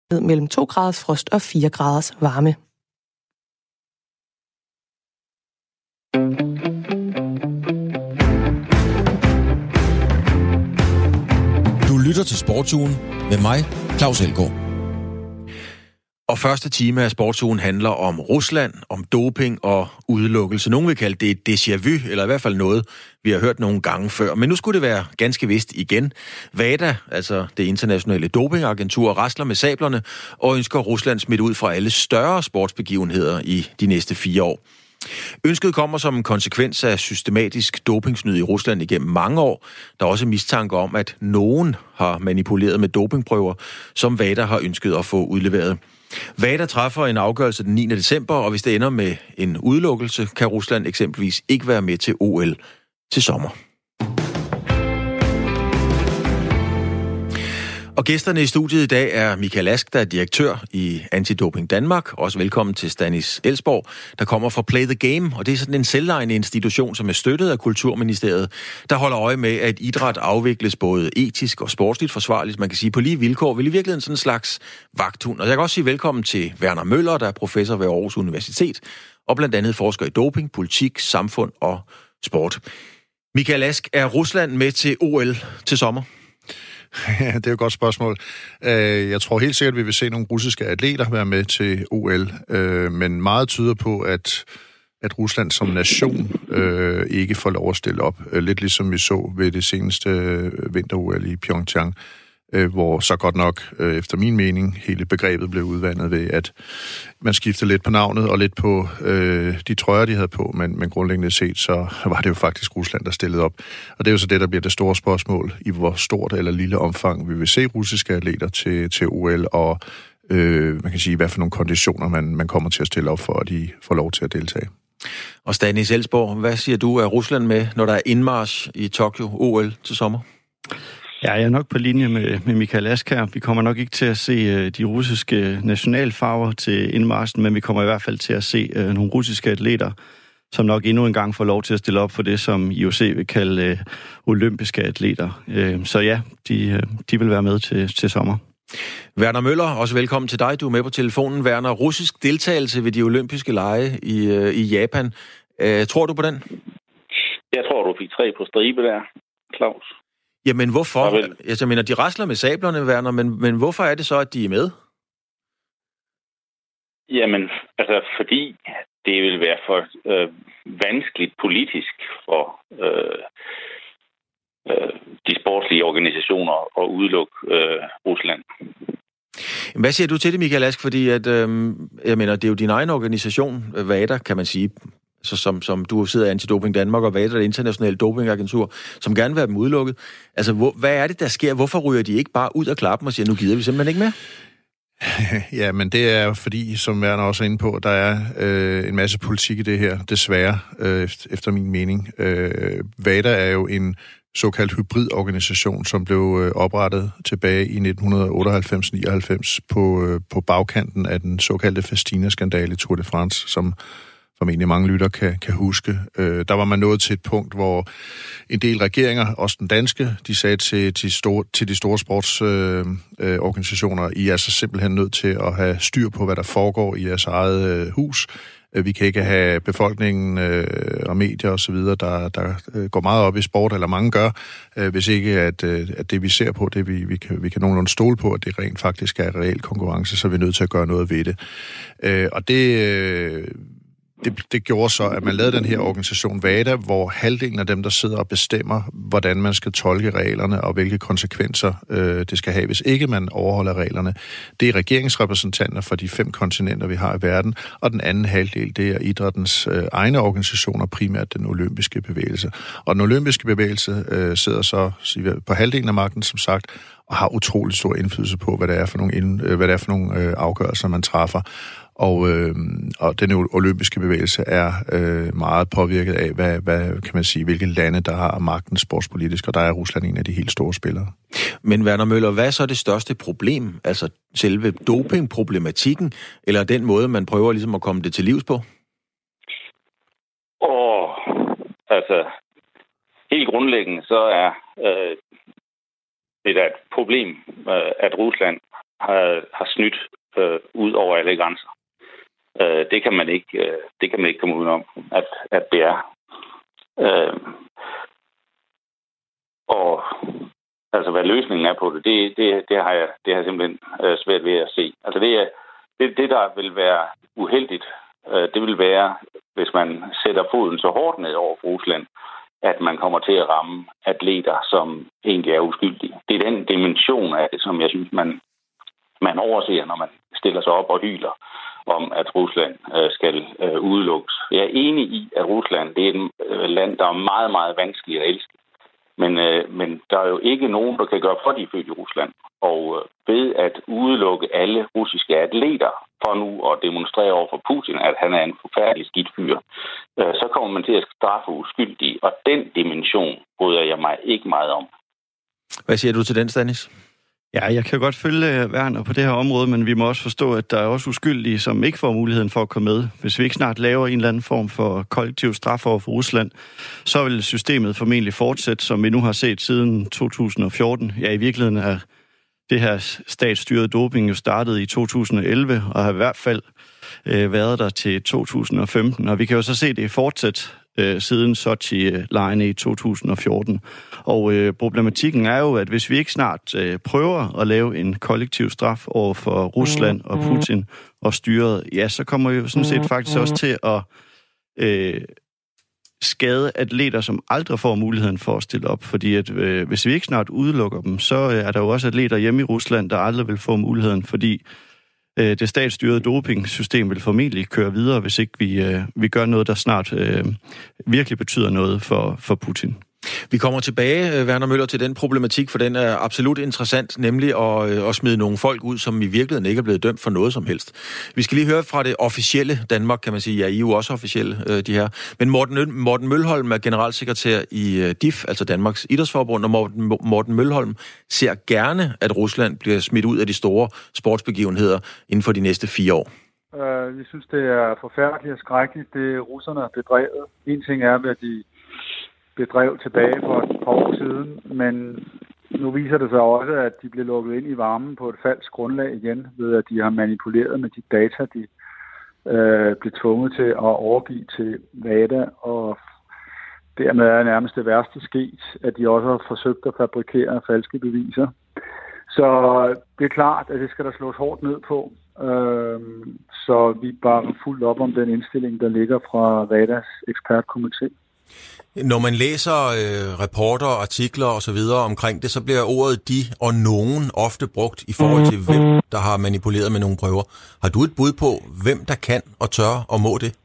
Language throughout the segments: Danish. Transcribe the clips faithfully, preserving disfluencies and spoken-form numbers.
mellem to graders frost og fire graders varme. Du lytter til Sportsugen med mig, Claus Elgaard. Og første time af Sportsugen handler om Rusland, om doping og udelukkelse. Nogle vil kalde det et déjà vu, eller i hvert fald noget, vi har hørt nogle gange før. Men nu skulle det være ganske vist igen. WADA, altså det internationale dopingagentur, rasler med sablerne og ønsker Rusland smidt ud fra alle større sportsbegivenheder i de næste fire år. Ønsket kommer som en konsekvens af systematisk dopingsnyd i Rusland igennem mange år. Der er også mistanke om, at nogen har manipuleret med dopingprøver, som WADA har ønsket at få udleveret. WADA træffer en afgørelse den niende december, og hvis det ender med en udelukkelse, kan Rusland eksempelvis ikke være med til O L til sommer. Og gæsterne i studiet i dag er Michael Ask, der er direktør i Antidoping Danmark. Også velkommen til Stanis Elsborg, der kommer fra Play the Game. Og det er sådan en selvejende institution, som er støttet af Kulturministeriet, der holder øje med, at idræt afvikles både etisk og sportsligt forsvarligt. Man kan sige på lige vilkår, vil i virkeligheden sådan en slags vagthund. Og jeg kan også sige velkommen til Werner Møller, der er professor ved Aarhus Universitet, og blandt andet forsker i doping, politik, samfund og sport. Michael Ask, er Rusland med til O L til sommer? Ja, det er jo et godt spørgsmål. Jeg tror helt sikkert, at vi vil se nogle russiske atleter være med til O L, men meget tyder på, at, at Rusland som nation ikke får lov at stille op. Lidt ligesom vi så ved det seneste vinter-O L i Pyeongchang, hvor så godt nok, efter min mening, hele begrebet blev udvandet ved, at man skiftede lidt på navnet og lidt på øh, de trøjer, de havde på, men, men grundlæggende set, så var det jo faktisk Rusland, der stillede op. Og det er jo så det, der bliver det store spørgsmål, i hvor stort eller lille omfang vi vil se russiske atleter til, til O L, og øh, man kan sige, hvad for nogle konditioner man, man kommer til at stille op for, at de får lov til at deltage. Og Stanis Elsborg, hvad siger du, er Rusland med, når der er indmarch i Tokyo O L til sommer? Ja, jeg er nok på linje med, med Michael Ask her. Vi kommer nok ikke til at se uh, de russiske nationalfarver til indmarchen, men vi kommer i hvert fald til at se uh, nogle russiske atleter, som nok endnu en gang får lov til at stille op for det, som I O C vil kalde uh, olympiske atleter. Uh, så ja, de, uh, de vil være med til, til sommer. Werner Møller, også velkommen til dig. Du er med på telefonen. Werner, russisk deltagelse ved de olympiske lege i, uh, i Japan. Uh, tror du på den? Jeg tror, du fik tre på stribe der, Claus. Jamen hvorfor? Ja, jeg mener, de rasler med sablerne, Werner, men, men hvorfor er det så, at de er med? Jamen, altså fordi det vil være for øh, vanskeligt politisk for øh, øh, de sportslige organisationer at udelukke øh, Rusland. Hvad siger du til det, Michael Ask? Fordi at, øh, jeg mener, det er jo din egen organisation, WADA, kan man sige, så som, som du sidder i Antidoping Danmark og WADA, det internationale dopingagentur, som gerne vil have dem udelukket. Altså, hvor, hvad er det, der sker? Hvorfor ryger de ikke bare ud af klappen og siger, nu gider vi simpelthen ikke mere? Ja, men det er fordi, som Werner også er inde på, der er øh, en masse politik i det her, desværre, øh, efter min mening. Øh, WADA er jo en såkaldt hybridorganisation, som blev øh, oprettet tilbage i nitten otteoghalvfems nioghalvfems på, øh, på bagkanten af den såkaldte Festina-skandale i Tour de France, som formentlig mange lytter kan, kan huske. Øh, der var man nået til et punkt, hvor en del regeringer, også den danske, de sagde til, til, store, til de store sportsorganisationer, øh, øh, I er så simpelthen nødt til at have styr på, hvad der foregår i jeres eget øh, hus. Vi kan ikke have befolkningen øh, og medier osv., der, der øh, går meget op i sport, eller mange gør, øh, hvis ikke at, øh, at det, vi ser på, det vi, vi, kan, vi kan nogenlunde stole på, at det rent faktisk er reel konkurrence, så er vi nødt til at gøre noget ved det. Øh, og det... Øh, Det, det gjorde så, at man lavede den her organisation WADA, hvor halvdelen af dem, der sidder og bestemmer, hvordan man skal tolke reglerne og hvilke konsekvenser øh, det skal have, hvis ikke man overholder reglerne. Det er regeringsrepræsentanter for de fem kontinenter, vi har i verden, og den anden halvdel, det er idrættens øh, egne organisationer, primært den olympiske bevægelse. Og den olympiske bevægelse øh, sidder så på halvdelen af magten, som sagt, og har utrolig stor indflydelse på, hvad det er for nogle, ind, øh, hvad det er for nogle øh, afgørelser, man træffer. Og, øh, og den olympiske bevægelse er øh, meget påvirket af, hvad, hvad kan man sige, hvilke lande, der har magten sportspolitisk, og der er Rusland en af de helt store spillere. Men Werner Møller, hvad er så det største problem? Altså selve dopingproblematikken, eller den måde, man prøver ligesom at komme det til livs på? Åh, altså, helt grundlæggende, så er øh, det er et problem, øh, at Rusland har, har snydt øh, ud over alle grænser. Øh, det kan man ikke, øh, det kan man ikke komme udenom, at, at det er. Øh, og altså, hvad løsningen er på det, det, det, det, har, jeg, det har jeg simpelthen øh, svært ved at se. Altså, det, er, det, det der vil være uheldigt, øh, det vil være, hvis man sætter foden så hårdt ned over for Rusland, at man kommer til at ramme atleter, som egentlig er uskyldige. Det er den dimension af det, som jeg synes, man, man overser, når man stiller sig op og hyler om, at Rusland øh, skal øh, udelukkes. Jeg er enig i, at Rusland det er et øh, land, der er meget, meget vanskeligt at elske. Men, øh, men der er jo ikke nogen, der kan gøre for, de er født i Rusland. Og øh, ved at udelukke alle russiske atleter for nu at demonstrere over for Putin, at han er en forfærdelig skidt fyr, øh, så kommer man til at straffe uskyldige. Og den dimension bryder jeg mig ikke meget om. Hvad siger du til den, Stanis? Ja, jeg kan godt følge Werner på det her område, men vi må også forstå, at der er også uskyldige, som ikke får muligheden for at komme med. Hvis vi ikke snart laver en eller anden form for kollektiv straf over for Rusland, så vil systemet formentlig fortsætte, som vi nu har set siden to tusind og fjorten. Ja, i virkeligheden er det her statsstyrede doping jo startet i to tusind og elleve, og har i hvert fald øh, været der til to tusind og femten. Og vi kan jo så se det fortsætte øh, siden Sochi-lejene i to tusind og fjorten. Og øh, problematikken er jo, at hvis vi ikke snart øh, prøver at lave en kollektiv straf over for Rusland og Putin og styret, ja, så kommer vi jo sådan set faktisk også til at øh, skade atleter, som aldrig får muligheden for at stille op. Fordi at, øh, hvis vi ikke snart udelukker dem, så øh, er der jo også atleter hjemme i Rusland, der aldrig vil få muligheden, fordi øh, det statsstyrede dopingsystem vil formentlig køre videre, hvis ikke vi, øh, vi gør noget, der snart øh, virkelig betyder noget for, for Putin. Vi kommer tilbage, Werner Møller, til den problematik, for den er absolut interessant, nemlig at, at smide nogle folk ud, som i virkeligheden ikke er blevet dømt for noget som helst. Vi skal lige høre fra det officielle Danmark, kan man sige. Ja, I er jo også officielle, de her. Men Morten, Morten Mølholm er generalsekretær i D I F, altså Danmarks Idrætsforbund, og Morten, Morten Mølholm ser gerne, at Rusland bliver smidt ud af de store sportsbegivenheder inden for de næste fire år. Uh, vi synes, det er forfærdeligt og skrækkeligt, det russerne har bedrevet. En ting er, at de bedrev tilbage for et par år siden, men nu viser det sig også, at de bliver lukket ind i varmen på et falsk grundlag igen, ved at de har manipuleret med de data, de øh, blev tvunget til at overgive til WADA, og dermed er nærmest det værste sket, at de også har forsøgt at fabrikere falske beviser. Så det er klart, at det skal der slås hårdt ned på, øh, så vi bare fuldt op om den indstilling, der ligger fra WADAs ekspertkomité. Når man læser øh, rapporter, artikler og så videre omkring det, så bliver ordet de og nogen ofte brugt i forhold til, hvem der har manipuleret med nogle prøver. Har du et bud på, hvem der kan og tør og må det?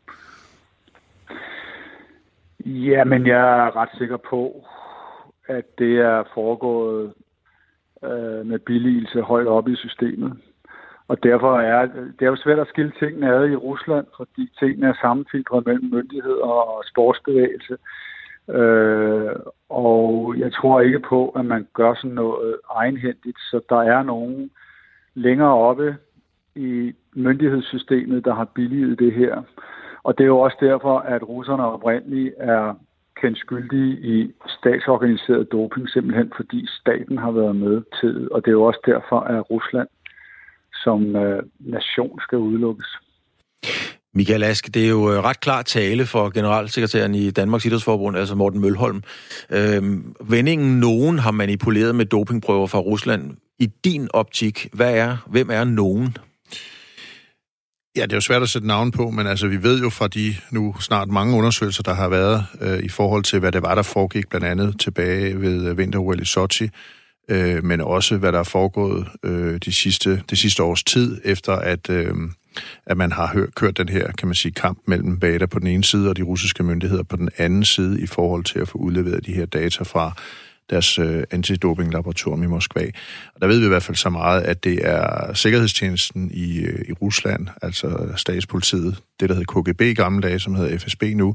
Ja, men jeg er ret sikker på, at det er foregået øh, med billigelse højt op i systemet. Og derfor er det er jo svært at skille tingene ad i Rusland, fordi tingene er sammenfiltret mellem myndigheder og sportsbevægelse. Øh, og jeg tror ikke på, at man gør sådan noget egenhændigt, så der er nogen længere oppe i myndighedssystemet, der har billiget det her. Og det er jo også derfor, at russerne oprindeligt er kendt skyldige i statsorganiseret doping, simpelthen fordi staten har været med til. Og det er jo også derfor, at Rusland som øh, nation skal udelukkes. Michael Ask, det er jo ret klart tale for generalsekretæren i Danmarks Idrætsforbund, altså Morten Mølholm. Øhm, vendingen nogen har manipuleret med dopingprøver fra Rusland. I din optik, hvad er, hvem er nogen? Ja, det er jo svært at sætte navn på, men altså, vi ved jo fra de nu snart mange undersøgelser, der har været øh, i forhold til, hvad det var, der foregik blandt andet tilbage ved vinter-O L i Sochi, øh, men også hvad der er foregået øh, de sidste, det sidste års tid, efter at, øh, at man har hør, kørt den her, kan man sige, kamp mellem WADA på den ene side og de russiske myndigheder på den anden side i forhold til at få udleveret de her data fra deres øh, antidopinglaboratorium i Moskva. Og der ved vi i hvert fald så meget, at det er sikkerhedstjenesten i, øh, i Rusland, altså statspolitiet, det der hed K G B i gamle dage, som hedder F S B nu,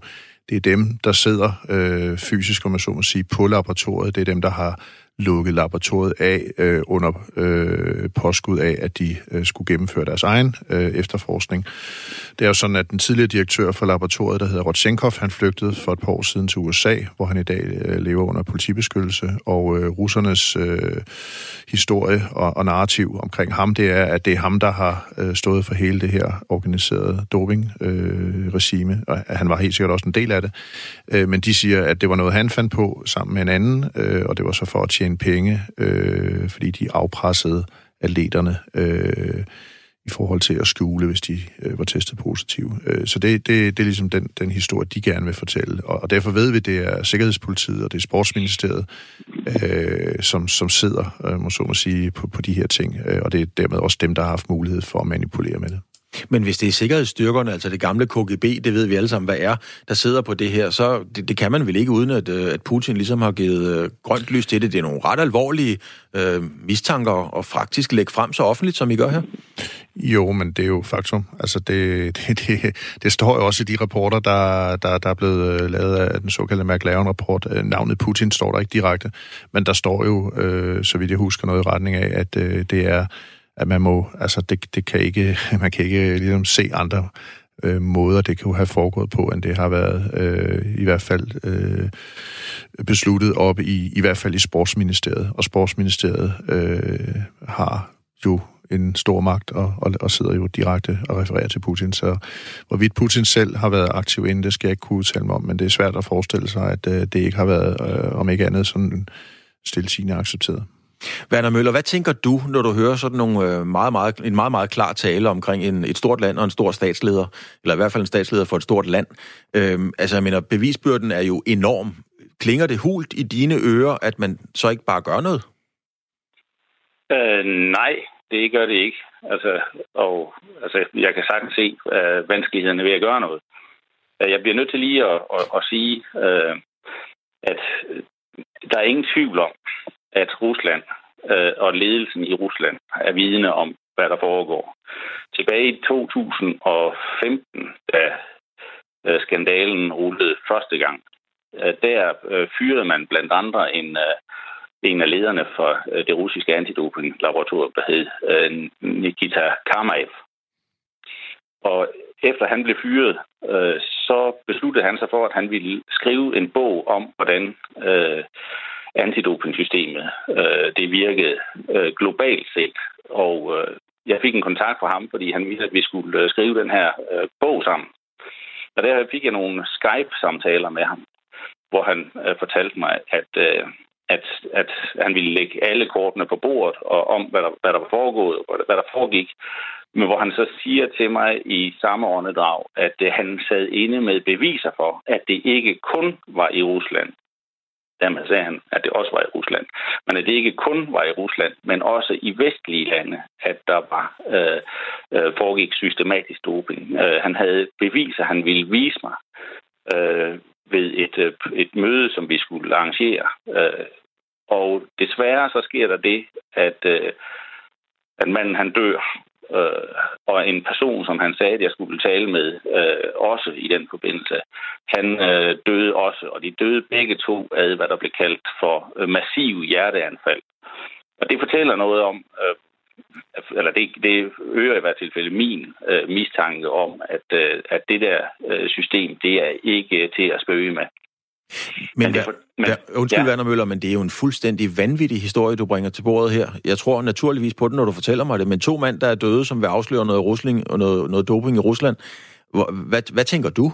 det er dem, der sidder øh, fysisk, om man så må sige, på laboratoriet. Det er dem, der har lukket laboratoriet af øh, under øh, påskud af, at de øh, skulle gennemføre deres egen øh, efterforskning. Det er jo sådan, at den tidligere direktør for laboratoriet, der hedder Rodchenkov, han flygtede for et par år siden til U S A, hvor han i dag øh, lever under politibeskyttelse, og øh, russernes øh, historie og, og narrativ omkring ham, det er, at det er ham, der har øh, stået for hele det her organiserede doping-regime, øh, og han var helt sikkert også en del af det. Øh, men de siger, at det var noget, han fandt på sammen med en anden, øh, og det var så for at tjene penge, øh, fordi de afpressede atleterne øh, i forhold til at skjule, hvis de øh, var testet positive. Øh, så det, det, det er ligesom den, den historie, de gerne vil fortælle. Og, og derfor ved vi, det er Sikkerhedspolitiet og det er Sportsministeriet, øh, som, som sidder, øh, må så må sige, på, på de her ting. Øh, og det er dermed også dem, der har haft mulighed for at manipulere med det. Men hvis det er sikkerhedsstyrkerne, altså det gamle K G B, det ved vi alle sammen, hvad er, der sidder på det her, så det, det kan man vel ikke, uden at, at Putin ligesom har givet øh, grønt lys til det. Det er nogle ret alvorlige øh, mistanker og faktisk lægge frem så offentligt, som I gør her. Jo, men det er jo faktum. Altså det, det, det, det står jo også i de rapporter, der, der, der er blevet lavet af den såkaldte McLaren-rapport. Navnet Putin står der ikke direkte, men der står jo, øh, så vidt jeg husker, noget i retning af, at øh, det er at man må, altså det, det kan ikke, man kan ikke ligesom se andre øh, måder, det kan jo have foregået på, end det har været øh, i hvert fald øh, besluttet op i, i hvert fald i Sportsministeriet. Og Sportsministeriet øh, har jo en stor magt og, og, og sidder jo direkte og refererer til Putin. Så hvorvidt Putin selv har været aktiv inden, det skal jeg ikke kunne udtale mig om, men det er svært at forestille sig, at øh, det ikke har været, øh, om ikke andet, sådan stiltiende accepteret. Werner Møller, hvad tænker du, når du hører sådan nogle meget, meget, en meget, meget klar tale omkring en, et stort land og en stor statsleder, eller i hvert fald en statsleder for et stort land? Øhm, altså, jeg mener, bevisbyrden er jo enorm. Klinger det hult i dine ører, at man så ikke bare gør noget? Øh, nej, det gør det ikke. Altså, og, altså, jeg kan sagtens se øh, vanskelighederne ved at gøre noget. Jeg bliver nødt til lige at, at, at sige, øh, at der er ingen tvivl om, at Rusland øh, og ledelsen i Rusland er vidne om, hvad der foregår. Tilbage i to tusind og femten, da øh, skandalen rullede første gang, øh, der øh, fyrede man blandt andre en, øh, en af lederne for øh, det russiske antidoping-laboratorium, der hed øh, Nikita Kamaev. Og efter han blev fyret, øh, så besluttede han sig for, at han ville skrive en bog om, hvordan øh, antidopingsystemet øh, det virkede øh, globalt set. Og øh, jeg fik en kontakt fra ham, fordi han ville, at vi skulle øh, skrive den her øh, bog sammen. Og der fik jeg nogle Skype-samtaler med ham, hvor han øh, fortalte mig, at, øh, at, at han ville lægge alle kortene på bordet og om, hvad der, hvad der var foregået og hvad der foregik. Men hvor han så siger til mig i samme åndedrag, at øh, han sad inde med beviser for, at det ikke kun var i Rusland. Dermed sagde han, at det også var i Rusland. Men at det ikke kun var i Rusland, men også i vestlige lande, at der var øh, øh, foregik systematisk doping. Øh, han havde beviser, han ville vise mig øh, ved et, øh, et møde, som vi skulle arrangere. Øh, og desværre så sker der det, at, øh, at manden han dør. Øh, og en person, som han sagde, at jeg skulle tale med, øh, også i den forbindelse, han øh, døde også, og de døde begge to af, hvad der blev kaldt for øh, massive hjerteanfald. Og det fortæller noget om, øh, eller det, det øger i hvert tilfælde min øh, mistanke om, at, øh, at det der øh, system, det er ikke til at spøge med. Men, men, for, men ja, undskyld, ja. Werner Møller, men det er jo en fuldstændig vanvittig historie, du bringer til bordet her. Jeg tror naturligvis på det, når du fortæller mig det, men to mænd, der er døde, som vil afsløre noget rusling og noget, noget doping i Rusland. Hvad, hvad tænker du?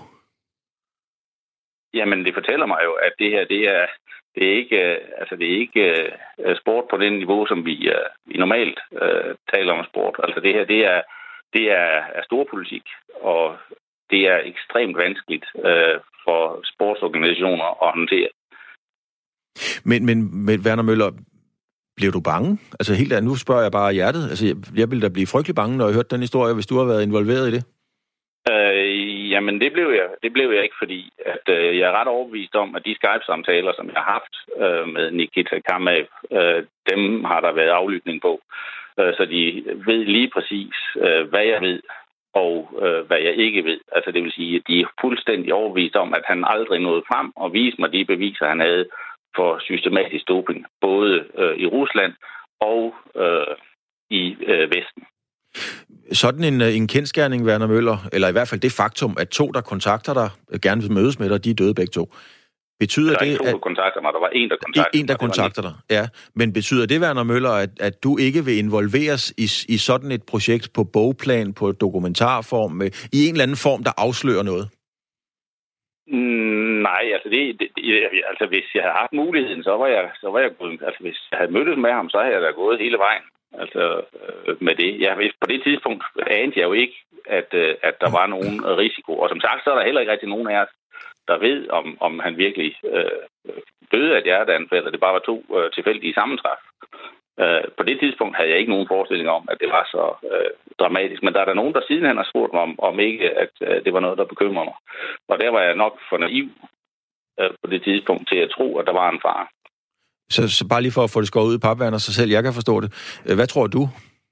Jamen, det fortæller mig jo, at det her, det er, det er ikke, altså det er ikke uh, sport på det niveau, som vi, uh, vi normalt uh, taler om sport. Altså det her, det er, det er, er storpolitik, og det er ekstremt vanskeligt uh, for sportsorganisationer at håndtere. Men, men, men Werner Møller, bliver du bange? Altså helt andet, nu spørger jeg bare hjertet. Altså jeg, jeg ville da blive frygtelig bange, når jeg hørte den historie, hvis du har været involveret i det. Øh, jamen det blev jeg, det blev jeg ikke, fordi at, øh, jeg er ret overbevist om, at de Skype-samtaler, som jeg har haft øh, med Nikita Kamaev, øh, dem har der været aflytning på. Øh, så de ved lige præcis, øh, hvad jeg ved og øh, hvad jeg ikke ved. Altså det vil sige, at de er fuldstændig overbevist om, at han aldrig nåede frem og viste mig de beviser, han havde for systematisk doping, både øh, i Rusland og øh, i øh, Vesten. Sådan en, en kendsgerning, Werner Møller, eller i hvert fald det faktum, at to, der kontakter dig, gerne vil mødes med dig, de er døde begge to. Betyder der er det, ikke to, der kontakter mig. Der var en, der kontakter en, der kontakter dig, ja. Men betyder det, Werner Møller, at, at du ikke vil involveres i, i sådan et projekt på bogplan, på dokumentarform, med, i en eller anden form, der afslører noget? Mm, nej, altså, det, det, altså hvis jeg havde haft muligheden, så var jeg, så var jeg gået. Altså hvis jeg havde mødtes med ham, så havde jeg da gået hele vejen. Altså øh, med det. Jeg, på det tidspunkt anede jeg jo ikke, at, øh, at der var nogen risiko. Og som sagt, så er der heller ikke rigtig nogen af os, der ved, om, om han virkelig øh, døde af et hjerteanfald, og det bare var to øh, tilfældige sammentræf. Øh, på det tidspunkt havde jeg ikke nogen forestilling om, at det var så øh, dramatisk. Men der er der nogen, der sidenhen har spurgt mig om, om ikke, at øh, det var noget, der bekymrer mig. Og der var jeg nok for naiv øh, på det tidspunkt til at tro, at der var en fare. Så, så bare lige for at få det skåret ud i pap, Werner, så selv jeg kan forstå det. Hvad tror du?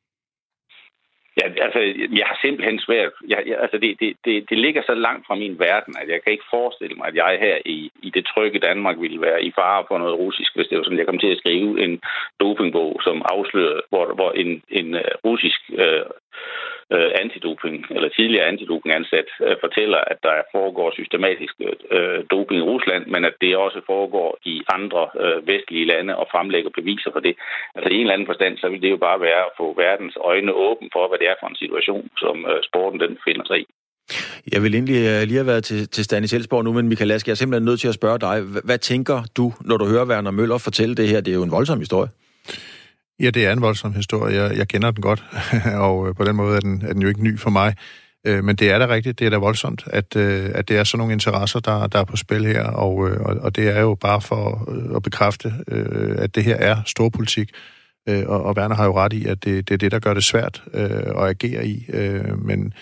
Ja, altså, jeg har simpelthen svært. Jeg, jeg, altså, det, det, det, det ligger så langt fra min verden, at jeg kan ikke forestille mig, at jeg her i, i det trygge Danmark ville være i fare for noget russisk, hvis det var sådan, jeg kom til at skrive en dopingbog, som afslører, hvor, hvor en, en uh, russisk uh, uh, antidoping, eller tidligere antidopingansat, uh, fortæller, at der foregår systematisk uh, doping i Rusland, men at det også foregår i andre uh, vestlige lande og fremlægger beviser for det. Altså i en eller anden forstand, så vil det jo bare være at få verdens øjne åben for, hvad det er for en situation, som uh, sporten den befinder sig i. Jeg vil egentlig uh, lige have været til, til Stanis Elsborg nu, men Michael Ask, jeg er simpelthen nødt til at spørge dig. H- hvad tænker du, når du hører Werner Møller fortælle det her? Det er jo en voldsom historie. Ja, det er en voldsom historie. Jeg, jeg kender den godt, og på den måde er den, er den jo ikke ny for mig. Men det er da rigtigt, det er da voldsomt, at, at det er sådan nogle interesser, der, der er på spil her, og, og det er jo bare for at bekræfte, at det her er storpolitik, og, og Werner har jo ret i, at det, det er det, der gør det svært at agere i, men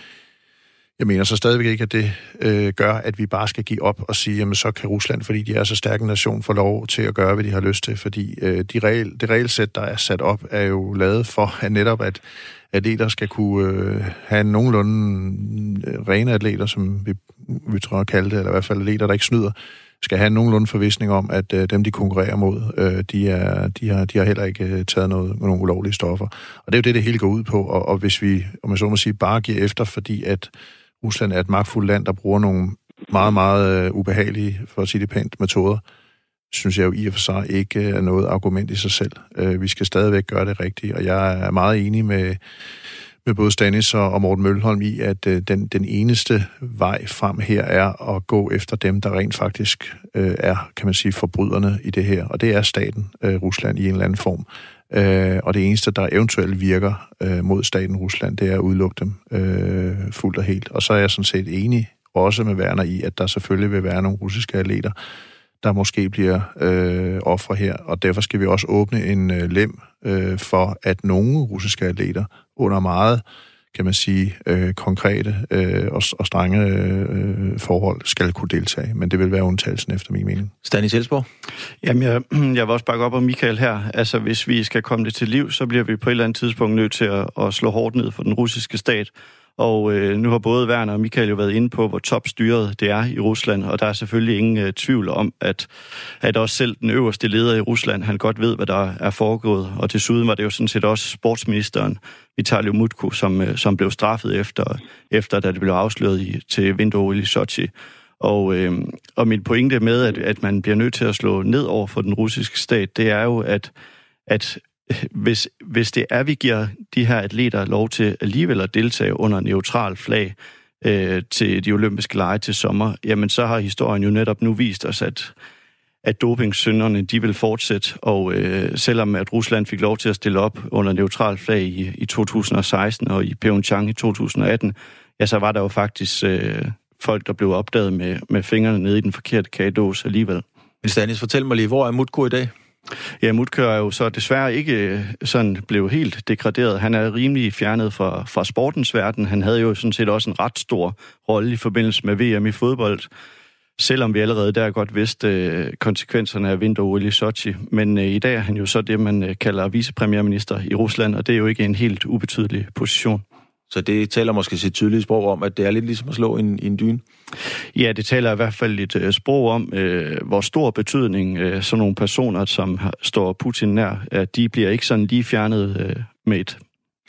jeg mener så stadigvæk ikke, at det øh, gør, at vi bare skal give op og sige, jamen så kan Rusland, fordi de er så stærk en nation, få lov til at gøre, hvad de har lyst til. Fordi øh, de regel, det regelsæt, der er sat op, er jo lavet for at netop, at atleter skal kunne øh, have nogenlunde øh, rene atleter, som vi, vi tror at kalde det, eller i hvert fald atleter, der ikke snyder, skal have nogenlunde forvisning om, at øh, dem, de konkurrerer mod, øh, de, er, de, har, de har heller ikke øh, taget noget, nogle ulovlige stoffer. Og det er jo det, det hele går ud på. Og, og hvis vi, om jeg så må sige, bare giver efter, fordi at Rusland er et magtfuldt land, der bruger nogle meget, meget øh, ubehagelige, for at sige det pænt, metoder, synes jeg jo i og for sig ikke er noget argument i sig selv. Øh, vi skal stadigvæk gøre det rigtigt, og jeg er meget enig med, med både Stanis og, og Morten Mølholm i, at øh, den, den eneste vej frem her er at gå efter dem, der rent faktisk øh, er, kan man sige, forbryderne i det her. Og det er staten øh, Rusland i en eller anden form. Øh, og det eneste, der eventuelt virker øh, mod staten Rusland, det er at udelukke dem øh, fuldt og helt. Og så er jeg sådan set enig også med Werner i, at der selvfølgelig vil være nogle russiske atleter, der måske bliver øh, ofre her. Og derfor skal vi også åbne en øh, lem øh, for, at nogle russiske atleter under meget, kan man sige, øh, konkrete øh, og, og strenge øh, forhold skal kunne deltage. Men det vil være undtagelsen efter min mening. Stanis Elsborg? Jamen, jeg, jeg vil også bakke op om Michael her. Altså, hvis vi skal komme det til liv, så bliver vi på et eller andet tidspunkt nødt til at, at slå hårdt ned for den russiske stat. Og øh, nu har både Werner og Michael jo været inde på, hvor topstyret det er i Rusland, og der er selvfølgelig ingen øh, tvivl om, at, at også selv den øverste leder i Rusland, han godt ved, hvad der er foregået. Og desuden var det jo sådan set også sportsministeren, Vitalij Mutko, som, øh, som blev straffet efter, efter, da det blev afsløret i, til vinter-O L i Sochi. Og, øh, og min pointe med, at, at man bliver nødt til at slå ned over for den russiske stat, det er jo, at, at Hvis, hvis det er, vi giver de her atleter lov til alligevel at deltage under neutral flag øh, til de olympiske lege til sommer, jamen så har historien jo netop nu vist os, at, at dopingsynderne, de vil fortsætte. Og øh, selvom at Rusland fik lov til at stille op under neutral flag i, i to tusind og seksten og i Pyeongchang i to tusind og atten, ja, så var der jo faktisk øh, folk, der blev opdaget med, med fingrene nede i den forkerte kagedåse alligevel. Men Stanis, fortæl mig lige, hvor er Mutko i dag? Ja, Mutko er jo så desværre ikke sådan blevet helt degraderet. Han er rimelig fjernet fra, fra sportens verden. Han havde jo sådan set også en ret stor rolle i forbindelse med V M i fodbold, selvom vi allerede der godt vidste konsekvenserne af vinter-O L i Sochi. Men øh, i dag er han jo så det, man kalder vicepremierminister i Rusland, og det er jo ikke en helt ubetydelig position. Så det taler måske sit tydelige sprog om, at det er lidt ligesom at slå en, en dyne. Ja, det taler i hvert fald et uh, sprog om, uh, hvor stor betydning uh, sådan nogle personer, som har, står Putin nær, uh, de bliver ikke sådan lige fjernet uh, med et.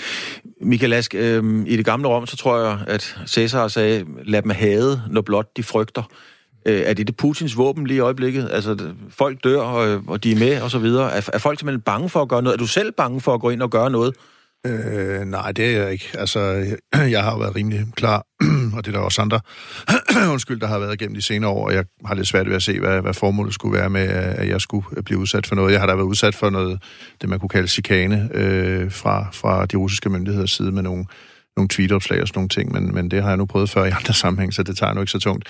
Michael Ask, øh, i det gamle Rom, så tror jeg, at Cæsar sagde, lad dem hade, når blot de frygter. Øh, er det det Putins våben lige i øjeblikket? Altså, folk dør, og, og de er med, og så videre. Er, er folk simpelthen bange for at gøre noget? Er du selv bange for at gå ind og gøre noget? Øh, nej, det er jeg ikke. Altså, jeg har været rimelig klar, og det er der også andre, undskyld, der har været gennem de senere år, og jeg har lidt svært ved at se, hvad, hvad formålet skulle være med, at jeg skulle blive udsat for noget. Jeg har da været udsat for noget, det man kunne kalde chikane øh, fra, fra de russiske myndigheders side med nogle nogle tweetopslag og sådan nogle ting, men, men det har jeg nu prøvet før i andre sammenhæng, så det tager nu ikke så tungt.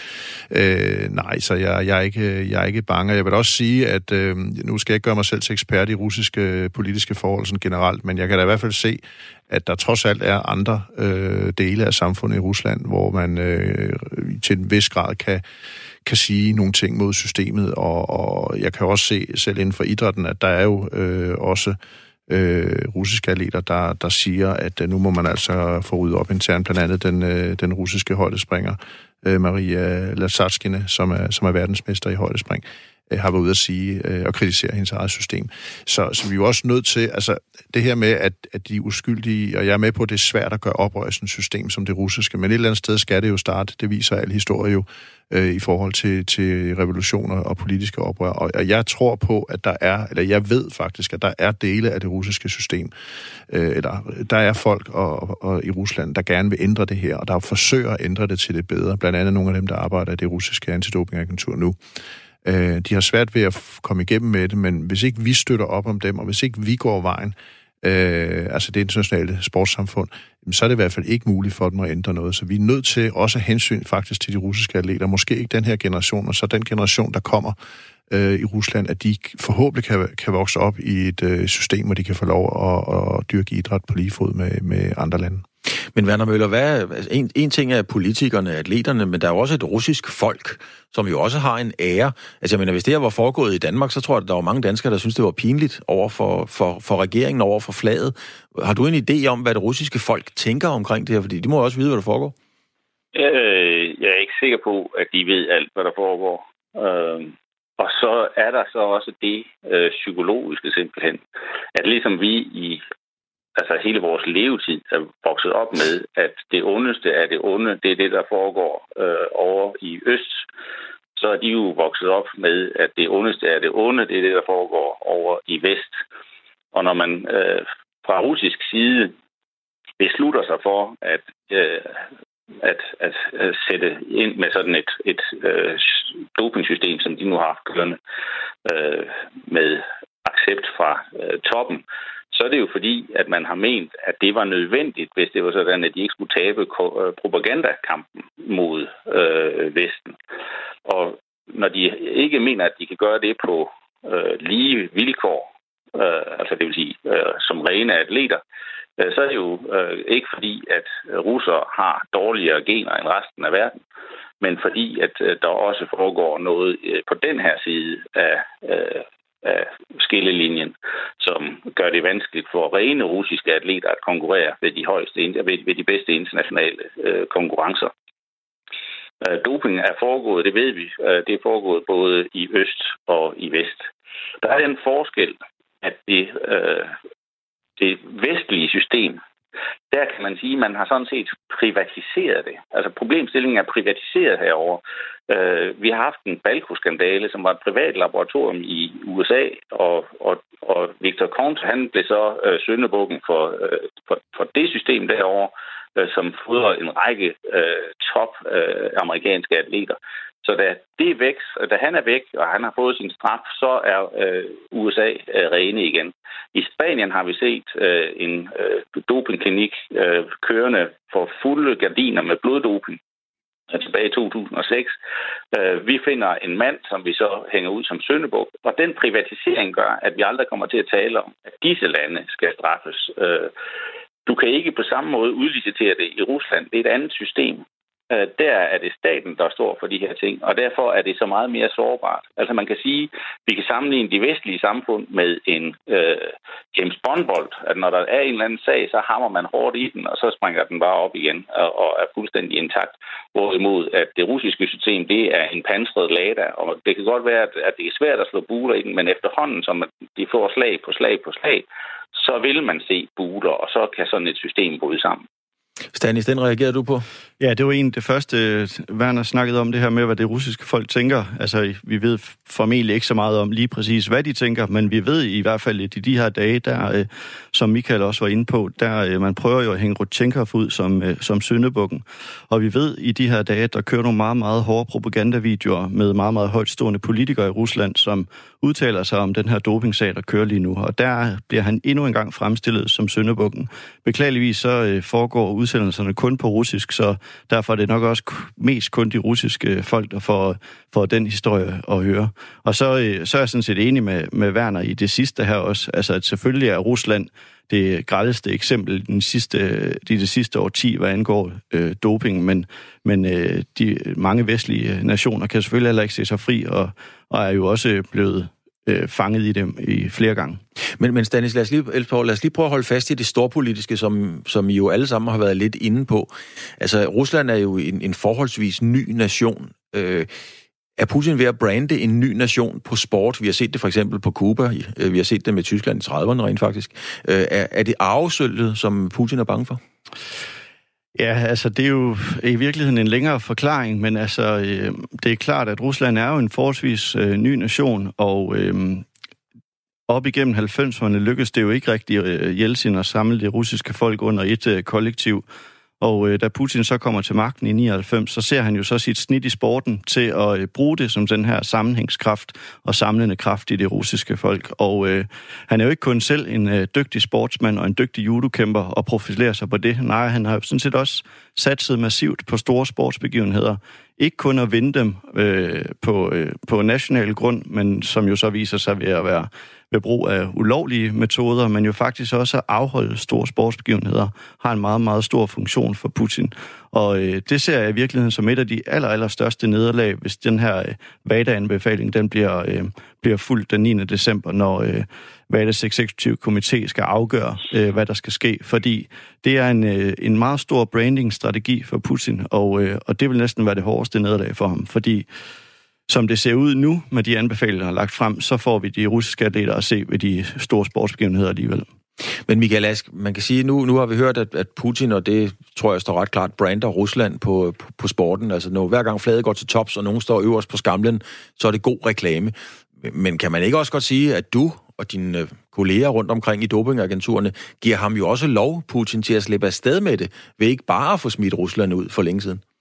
Øh, nej, så jeg, jeg, er ikke, jeg er ikke bange. Jeg vil også sige, at øh, nu skal jeg ikke gøre mig selv til ekspert i russiske politiske forhold sådan generelt, men jeg kan da i hvert fald se, at der trods alt er andre øh, dele af samfundet i Rusland, hvor man øh, til en vis grad kan kan sige nogle ting mod systemet, og, og jeg kan også se selv inden for idrætten, at der er jo øh, også Øh, russiske atleter, der, der siger, at øh, nu må man altså få ryddet op internt, blandt andet den, øh, den russiske højdespringer, øh, Maria Lasatskine, som er, som er verdensmester i højdespring, øh, har været ude at sige øh, og kritisere hendes eget system. Så, så vi er jo også nødt til, altså det her med, at, at de er uskyldige, og jeg er med på, at det er svært at gøre oprør i sådan et system som det russiske, men et eller andet sted skal det jo starte, det viser al historie jo, i forhold til, til revolutioner og politiske oprør. Og jeg tror på, at der er, eller jeg ved faktisk, at der er dele af det russiske system, øh, eller der er folk og, og i Rusland, der gerne vil ændre det her, og der forsøger at ændre det til det bedre. Blandt andet nogle af dem, der arbejder i det russiske antidopingagentur nu. Øh, de har svært ved at komme igennem med det, men hvis ikke vi støtter op om dem, og hvis ikke vi går vejen, Øh, altså det internationale sportssamfund, så er det i hvert fald ikke muligt for dem at ændre noget. Så vi er nødt til også at hensyn faktisk til de russiske atleter. Måske ikke den her generation, og så den generation, der kommer øh, i Rusland, at de forhåbentlig kan, kan vokse op i et øh, system, hvor de kan få lov at, at dyrke idræt på lige fod med, med andre lande. Men Werner Møller, hvad, en, en ting er politikerne, atleterne, men der er jo også et russisk folk, som jo også har en ære. Altså jeg mener, hvis det her var foregået i Danmark, så tror jeg, at der var mange danskere, der synes det var pinligt over for, for, for regeringen, over for flaget. Har du en idé om, hvad det russiske folk tænker omkring det her? Fordi de må også vide, hvad der foregår. Øh, jeg er ikke sikker på, at de ved alt, hvad der foregår. Øh, og så er der så også det øh, psykologiske simpelthen, at ligesom vi i altså hele vores levetid er vokset op med, at det ondeste er det onde, det er det, der foregår øh, over i øst. Så er de jo vokset op med, at det ondeste er det onde, det er det, der foregår over i vest. Og når man øh, fra russisk side beslutter sig for at, øh, at, at, at sætte ind med sådan et, et øh, dopingsystem, som de nu har haft kørende, øh, med accept fra øh, toppen, så er det jo fordi, at man har ment, at det var nødvendigt, hvis det var sådan, at de ikke skulle tabe propagandakampen mod øh, Vesten. Og når de ikke mener, at de kan gøre det på øh, lige vilkår, øh, altså det vil sige øh, som rene atleter, øh, så er det jo øh, ikke fordi, at russere har dårligere gener end resten af verden, men fordi, at øh, der også foregår noget øh, på den her side af øh, af skillelinjen, som gør det vanskeligt for rene russiske atleter at konkurrere ved de højeste, ved, ved de bedste internationale øh, konkurrencer. Øh, doping er foregået, det ved vi, øh, det er foregået både i øst og i vest. Der er den forskel, at det, øh, det vestlige system, der kan man sige, at man har sådan set privatiseret det. Altså problemstillingen er privatiseret herover. Uh, vi har haft en Balko-skandale, som var et privat laboratorium i U S A, og, og, og Victor Conte, han blev så uh, syndebukken for, uh, for, for det system derovre, uh, som fodrer en række uh, top uh, amerikanske atleter. Så da det er væk, da han er væk, og han har fået sin straf, så er øh, U S A øh, rene igen. I Spanien har vi set øh, en øh, dopingklinik øh, kørende for fulde gardiner med bloddoping øh, tilbage i to tusind og seks. Øh, vi finder en mand, som vi så hænger ud som syndebuk, og den privatisering gør, at vi aldrig kommer til at tale om, at disse lande skal straffes. Øh, du kan ikke på samme måde udlicitere det i Rusland. Det er et andet system. øh, der er det staten, der står for de her ting, og derfor er det så meget mere sårbart. Altså man kan sige, vi kan sammenligne de vestlige samfund med en øh, James Bond-bold, at når der er en eller anden sag, så hammer man hårdt i den, og så springer den bare op igen og, og er fuldstændig intakt. Hvorimod at det russiske system, det er en pansret Lada, og det kan godt være, at det er svært at slå buler i den, men efterhånden, som de får slag på slag på slag, så vil man se buler, og så kan sådan et system bryde sammen. Stanis, den reagerede du på? Ja, det var en det første, Werner snakkede om det her med, hvad det russiske folk tænker. Altså, vi ved formentlig ikke så meget om lige præcis, hvad de tænker, men vi ved i hvert fald, at i de her dage, der, som Michael også var inde på, der man prøver jo at hænge Rodchenkov ud som, som syndebukken. Og vi ved i de her dage, at der kører nogle meget, meget hårde propagandavideoer med meget, meget højtstående politikere i Rusland, som udtaler sig om den her dopingsag, der kører lige nu. Og der bliver han endnu en gang fremstillet som syndebukken. Beklageligvis så foregår udsendelserne kun på russisk, så derfor er det nok også mest kun de russiske folk, der får, får den historie at høre. Og så, så er jeg sådan set enig med, med Werner i det sidste her også. Altså, at selvfølgelig er Rusland det grældeste eksempel den sidste, de det sidste årti, hvad angår øh, doping, men, men øh, de mange vestlige nationer kan selvfølgelig heller ikke se sig fri, og, og er jo også blevet øh, fanget i dem i flere gange. Men, men Stanis, lad os, lige, lad os lige prøve at holde fast i det storpolitiske, som, som I jo alle sammen har været lidt inde på. Altså, Rusland er jo en, en forholdsvis ny nation. Øh, Er Putin ved at brande en ny nation på sport? Vi har set det for eksempel på Cuba. Vi har set det med Tyskland i trediverne rent faktisk. Er, er det arvesølvet, som Putin er bange for? Ja, altså det er jo i virkeligheden en længere forklaring, men altså øh, det er klart, at Rusland er jo en forholdsvis øh, ny nation, og øh, op igennem halvfemserne lykkedes det jo ikke rigtig øh, Jeltsin at samle det russiske folk under et øh, kollektiv. Og øh, da Putin så kommer til magten i nioghalvfems, så ser han jo så sit snit i sporten til at øh, bruge det som den her sammenhængskraft og samlende kraft i det russiske folk. Og øh, han er jo ikke kun selv en øh, dygtig sportsmand og en dygtig judokæmper og profilerer sig på det. Nej, han har jo sådan set også satset massivt på store sportsbegivenheder. Ikke kun at vinde dem øh, på, øh, på national grund, men som jo så viser sig ved at være ved brug af ulovlige metoder, men jo faktisk også at afholde store sportsbegivenheder, har en meget, meget stor funktion for Putin. Og øh, det ser jeg i virkeligheden som et af de aller, aller største nederlag, hvis den her øh, VADA-anbefaling, den bliver, øh, bliver fuldt den niende december, når øh, VADAs eksekutive komité skal afgøre, øh, hvad der skal ske. Fordi det er en, øh, en meget stor branding-strategi for Putin, og, øh, og det vil næsten være det hårdeste nederlag for ham, fordi som det ser ud nu, med de anbefalinger, der er lagt frem, så får vi de russiske atleter at se ved de store sportsbegivenheder alligevel. Men Michael Ask, man kan sige, nu, nu har vi hørt, at, at Putin, og det tror jeg står ret klart, brander Rusland på, på, på sporten. Altså når hver gang flaget går til tops, og nogen står øverst på skamlen, så er det god reklame. Men kan man ikke også godt sige, at du og dine kolleger rundt omkring i dopingagenturerne giver ham jo også lov, Putin, til at slippe afsted med det, ved ikke bare at få smidt Rusland ud for længe siden?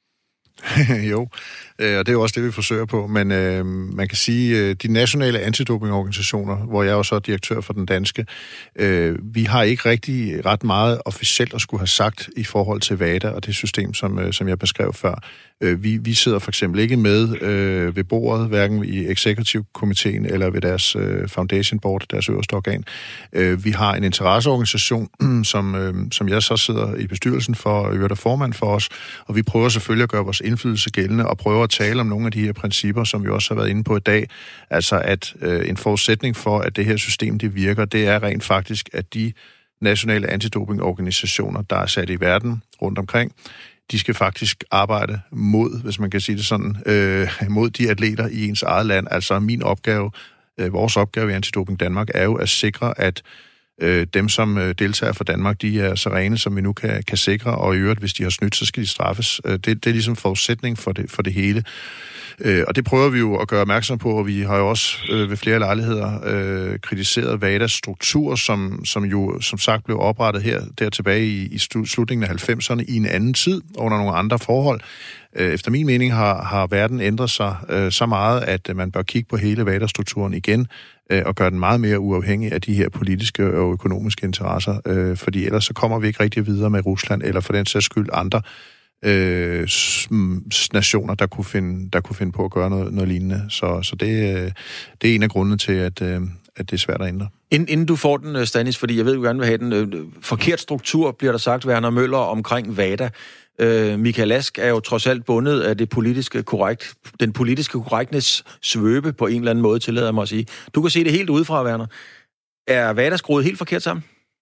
Jo, øh, og det er jo også det, vi forsøger på, men øh, man kan sige, øh, de nationale antidopingorganisationer, hvor jeg er jo så direktør for den danske, øh, vi har ikke rigtig ret meget officielt at skulle have sagt i forhold til VADA og det system, som, øh, som jeg beskrev før. Øh, vi, vi sidder for eksempel ikke med øh, ved bordet, hverken i eksekutivkomiteen eller ved deres øh, foundation board, deres øverste organ. Øh, vi har en interesseorganisation, som, øh, som jeg så sidder i bestyrelsen for, og øvrigt er formand for os, og vi prøver selvfølgelig at gøre vores indflydelse gældende og prøver at tale om nogle af de her principper, som vi også har været inde på i dag. Altså at øh, en forudsætning for, at det her system det virker, det er rent faktisk, at de nationale antidopingorganisationer, der er sat i verden rundt omkring, de skal faktisk arbejde mod, hvis man kan sige det sådan, øh, mod de atleter i ens eget land. Altså min opgave, øh, vores opgave i Antidoping Danmark, er jo at sikre, at øh, dem, som øh, deltager for Danmark, de er så rene, som vi nu kan, kan sikre, og i øvrigt, hvis de har snydt, så skal de straffes. Øh, det, det er ligesom forudsætning for det, for det hele. Øh, og det prøver vi jo at gøre opmærksom på, og vi har jo også øh, ved flere lejligheder øh, kritiseret VADAs struktur, som, som jo som sagt blev oprettet her der tilbage i, i slutningen af halvfemserne i en anden tid, under nogle andre forhold. Øh, efter min mening har, har verden ændret sig øh, så meget, at man bør kigge på hele VADA-strukturen igen, øh, og gøre den meget mere uafhængig af de her politiske og økonomiske interesser, øh, fordi ellers så kommer vi ikke rigtig videre med Rusland, eller for den sags skyld andre Øh, nationer, der kunne finde, der kunne finde på at gøre noget, noget lignende. Så, så det, det er en af grundene til, at, at det er svært at ændre. Inden, inden du får den, Stanis, fordi jeg ved, du gerne vil have den. Forkert struktur, bliver der sagt, Werner Møller, omkring VADA. Øh, Michael Ask er jo trods alt bundet af det politiske korrekt, den politiske korrektness svøbe på en eller anden måde, tillader jeg mig at sige. Du kan se det helt udefra, Werner. Er VADA skruet helt forkert sammen?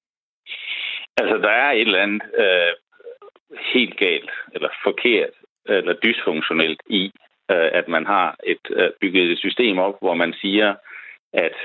Altså, der er et eller andet øh, helt galt, eller forkert, eller dysfunktionelt i, øh, at man har et øh, bygget et system op, hvor man siger, at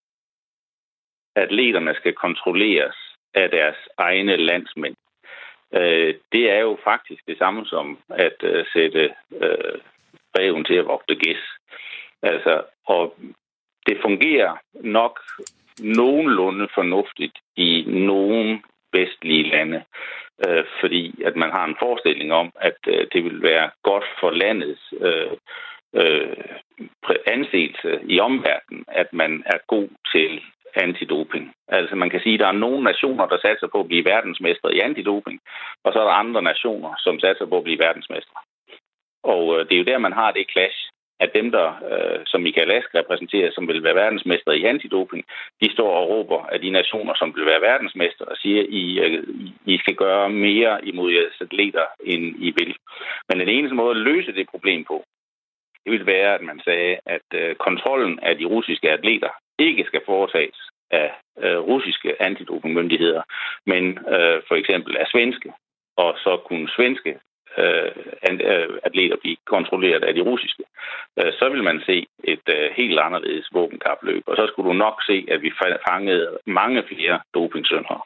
atleterne skal kontrolleres af deres egne landsmænd. Øh, det er jo faktisk det samme som at øh, sætte øh, ræven til at vogte gæs. Altså, og det fungerer nok nogenlunde fornuftigt i nogle vestlige lande, øh, fordi at man har en forestilling om, at øh, det vil være godt for landets øh, øh, anseelse i omverdenen, at man er god til antidoping. Altså man kan sige, at der er nogle nationer, der satser på at blive verdensmestre i antidoping, og så er der andre nationer, som satser på at blive verdensmestre. Og øh, det er jo der, man har det clash, at dem, der, øh, som Michael Ask repræsenterer, som vil være verdensmestre i antidoping, de står og råber af de nationer, som vil være verdensmestre, og siger, at I, øh, I skal gøre mere imod jeres atleter, end I vil. Men den eneste måde at løse det problem på, det vil være, at man sagde, at øh, kontrollen af de russiske atleter ikke skal foretages af øh, russiske antidopingmyndigheder, men øh, for eksempel af svenske, og så kunne svenske øh, atleter blive kontrolleret af de russiske. Øh, så vil man se et øh, helt anderledes våbenkapløb, og så skulle du nok se, at vi fangede mange flere dopingsyndere.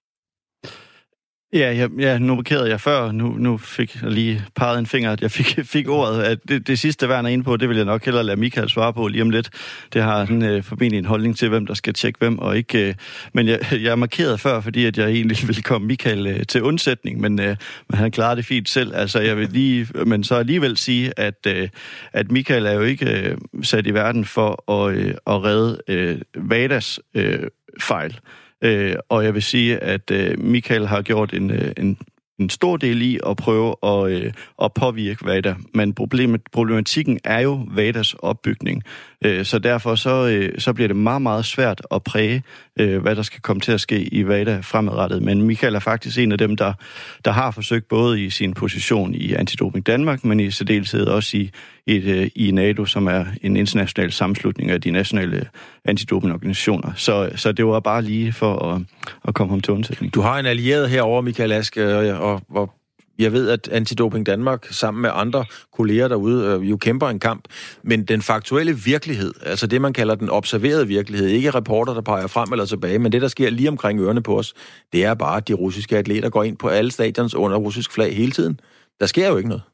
Ja, ja, ja, nu markerede jeg før, nu, nu fik jeg lige peget en finger, at jeg fik, fik ordet. At det, det sidste, Werner er inde på, det vil jeg nok hellere lade Michael svare på lige om lidt. Det har han øh, formentlig en holdning til, hvem der skal tjekke hvem og ikke. Øh, men jeg, jeg markerede før, fordi at jeg egentlig ville komme Michael øh, til undsætning, men, øh, men han klarer det fint selv. Altså, jeg vil lige, men så alligevel sige, at, øh, at Michael er jo ikke øh, sat i verden for at, øh, at redde øh, VADAs øh, fejl. Øh, og jeg vil sige, at øh, Michael har gjort en, øh, en, en stor del i at prøve at, øh, at påvirke VADA. Men problemet, problematikken er jo VADAs opbygning. Øh, så derfor så, øh, så bliver det meget, meget svært at præge, øh, hvad der skal komme til at ske i VADA fremadrettet. Men Michael er faktisk en af dem, der, der har forsøgt både i sin position i Antidoping Danmark, men i særdeleshed også i, i, et, i NATO, som er en international sammenslutning af de nationale antidopingorganisationer. Så, så det var bare lige for at, at komme ham til undsætning. Du har en allieret herover, Michael Ask, og, og, og jeg ved, at Antidoping Danmark sammen med andre kolleger derude øh, jo kæmper en kamp, men den faktuelle virkelighed, altså det, man kalder den observerede virkelighed, ikke reporter, der peger frem eller tilbage, men det, der sker lige omkring ørerne på os, det er bare, at de russiske atleter går ind på alle stadions under russisk flag hele tiden. Der sker jo ikke noget.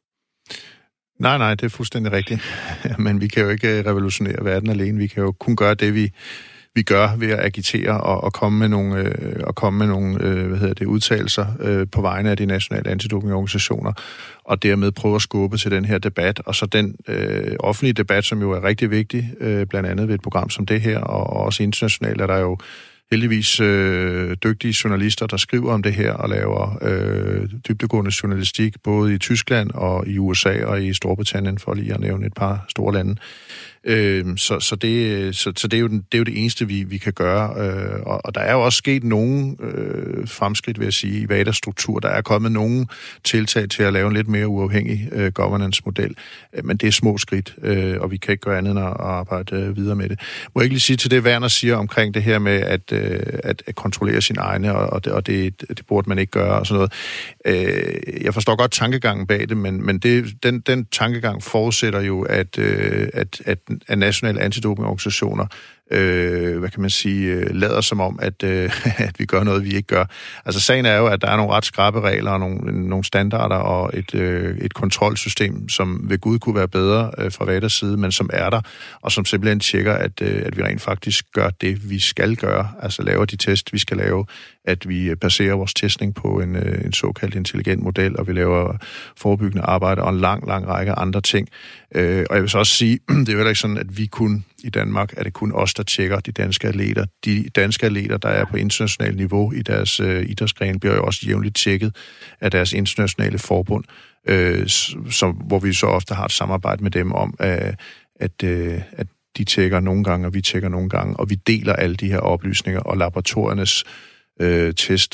Nej, nej, det er fuldstændig rigtigt. Men vi kan jo ikke revolutionere verden alene. Vi kan jo kun gøre det, vi vi gør ved at agitere og, og komme med nogle, øh, og komme med nogle øh, hvad hedder det, udtalelser øh, på vegne af de nationale antidopingorganisationer, og dermed prøve at skubbe til den her debat. Og så den øh, offentlige debat, som jo er rigtig vigtig, øh, blandt andet ved et program som det her, og, og også internationalt, er der jo heldigvis øh, dygtige journalister, der skriver om det her og laver øh, dybdegående journalistik, både i Tyskland og i U S A og i Storbritannien, for lige at nævne et par store lande. Øh, så, så, det, så, så det, er jo den, det er jo det eneste, vi, vi kan gøre. Øh, og, og der er jo også sket nogle øh, fremskridt, vil jeg sige, i VADAs struktur. Der er kommet nogle tiltag til at lave en lidt mere uafhængig øh, governance-model, øh, men det er små skridt, øh, og vi kan ikke gøre andet end at arbejde øh, videre med det. Må jeg ikke lige sige til det, Werner siger omkring det her med at, øh, at, at kontrollere sine egne, og, og, det, og det, det burde man ikke gøre, og sådan noget. Øh, jeg forstår godt tankegangen bag det, men, men det, den, den tankegang forudsætter jo, at, øh, at, at af nationale antidopingorganisationer, øh, hvad kan man sige, lader som om, at, øh, at vi gør noget, vi ikke gør. Altså sagen er jo, at der er nogle ret skrappe regler og nogle, nogle standarder og et, øh, et kontrolsystem, som ved Gud kunne være bedre øh, fra VADAs side, men som er der, og som simpelthen tjekker, at, øh, at vi rent faktisk gør det, vi skal gøre, altså laver de test, vi skal lave, at vi baserer vores testning på en, øh, en såkaldt intelligent model, og vi laver forebyggende arbejde og en lang, lang række andre ting. Øh, og jeg vil så også sige, det er jo heller ikke sådan, at vi kun i Danmark, er det kun os, der tjekker de danske atleter. De danske atleter, der er på internationalt niveau i deres øh, idrætsgren, bliver jo også jævnligt tjekket af deres internationale forbund, øh, som, hvor vi så ofte har et samarbejde med dem om, øh, at, øh, at de tjekker nogle gange, og vi tjekker nogle gange, og vi deler alle de her oplysninger, og laboratoriernes øh,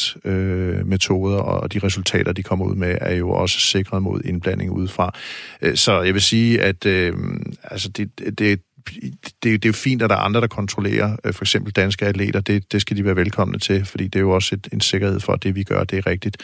testmetoder, øh, og de resultater, de kommer ud med, er jo også sikret mod indblanding udefra. Øh, så jeg vil sige, at øh, altså det, det, det, det er jo fint, at der er andre, der kontrollerer øh, for eksempel danske atleter. Det, det skal de være velkomne til, fordi det er jo også et, en sikkerhed for, at det, vi gør, det er rigtigt.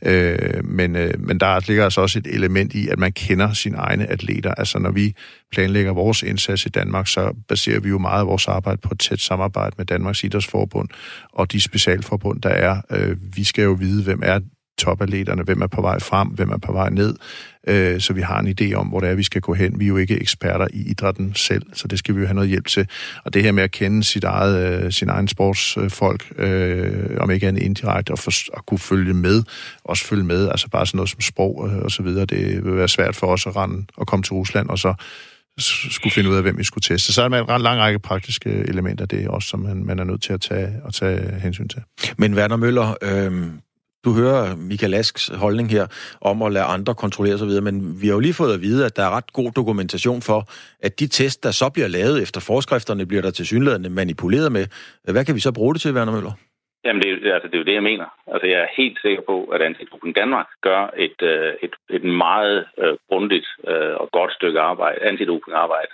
Øh, men, øh, men der ligger altså også et element i, at man kender sine egne atleter. Altså når vi planlægger vores indsats i Danmark, så baserer vi jo meget af vores arbejde på et tæt samarbejde med Danmarks Idrætsforbund og de specialforbund, der er. Øh, vi skal jo vide, hvem er topatleterne, hvem er på vej frem, hvem er på vej ned, øh, så vi har en idé om, hvor det er, vi skal gå hen. Vi er jo ikke eksperter i idrætten selv, så det skal vi jo have noget hjælp til. Og det her med at kende sit eget, øh, sin egen sportsfolk, øh, om ikke andet indirekte, og, for, og kunne følge med, også følge med, altså bare sådan noget som sprog øh, og så videre, det vil være svært for os at rende og komme til Rusland, og så skulle finde ud af, hvem vi skulle teste. Så er der en ret lang række praktiske elementer, det er også, som man, man er nødt til at tage, at tage hensyn til. Men Werner Møller, øh... du hører Michael Asks holdning her om at lade andre kontrollere osv., men vi har jo lige fået at vide, at der er ret god dokumentation for, at de test, der så bliver lavet efter forskrifterne, bliver der tilsyneladende manipuleret med. Hvad kan vi så bruge det til, Werner Møller? Jamen, det er, altså, det er jo det, jeg mener. Altså, jeg er helt sikker på, at Antidoping Danmark gør et, et, et meget uh, grundigt uh, og godt stykke arbejde, antidopingarbejde.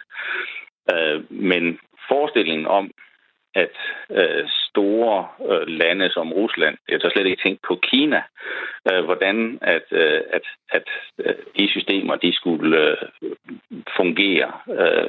Uh, men forestillingen om, at øh, store øh, lande som Rusland, jeg tager slet ikke tænkt på Kina, øh, hvordan at, øh, at, at øh, de systemer, de skulle øh, fungere øh,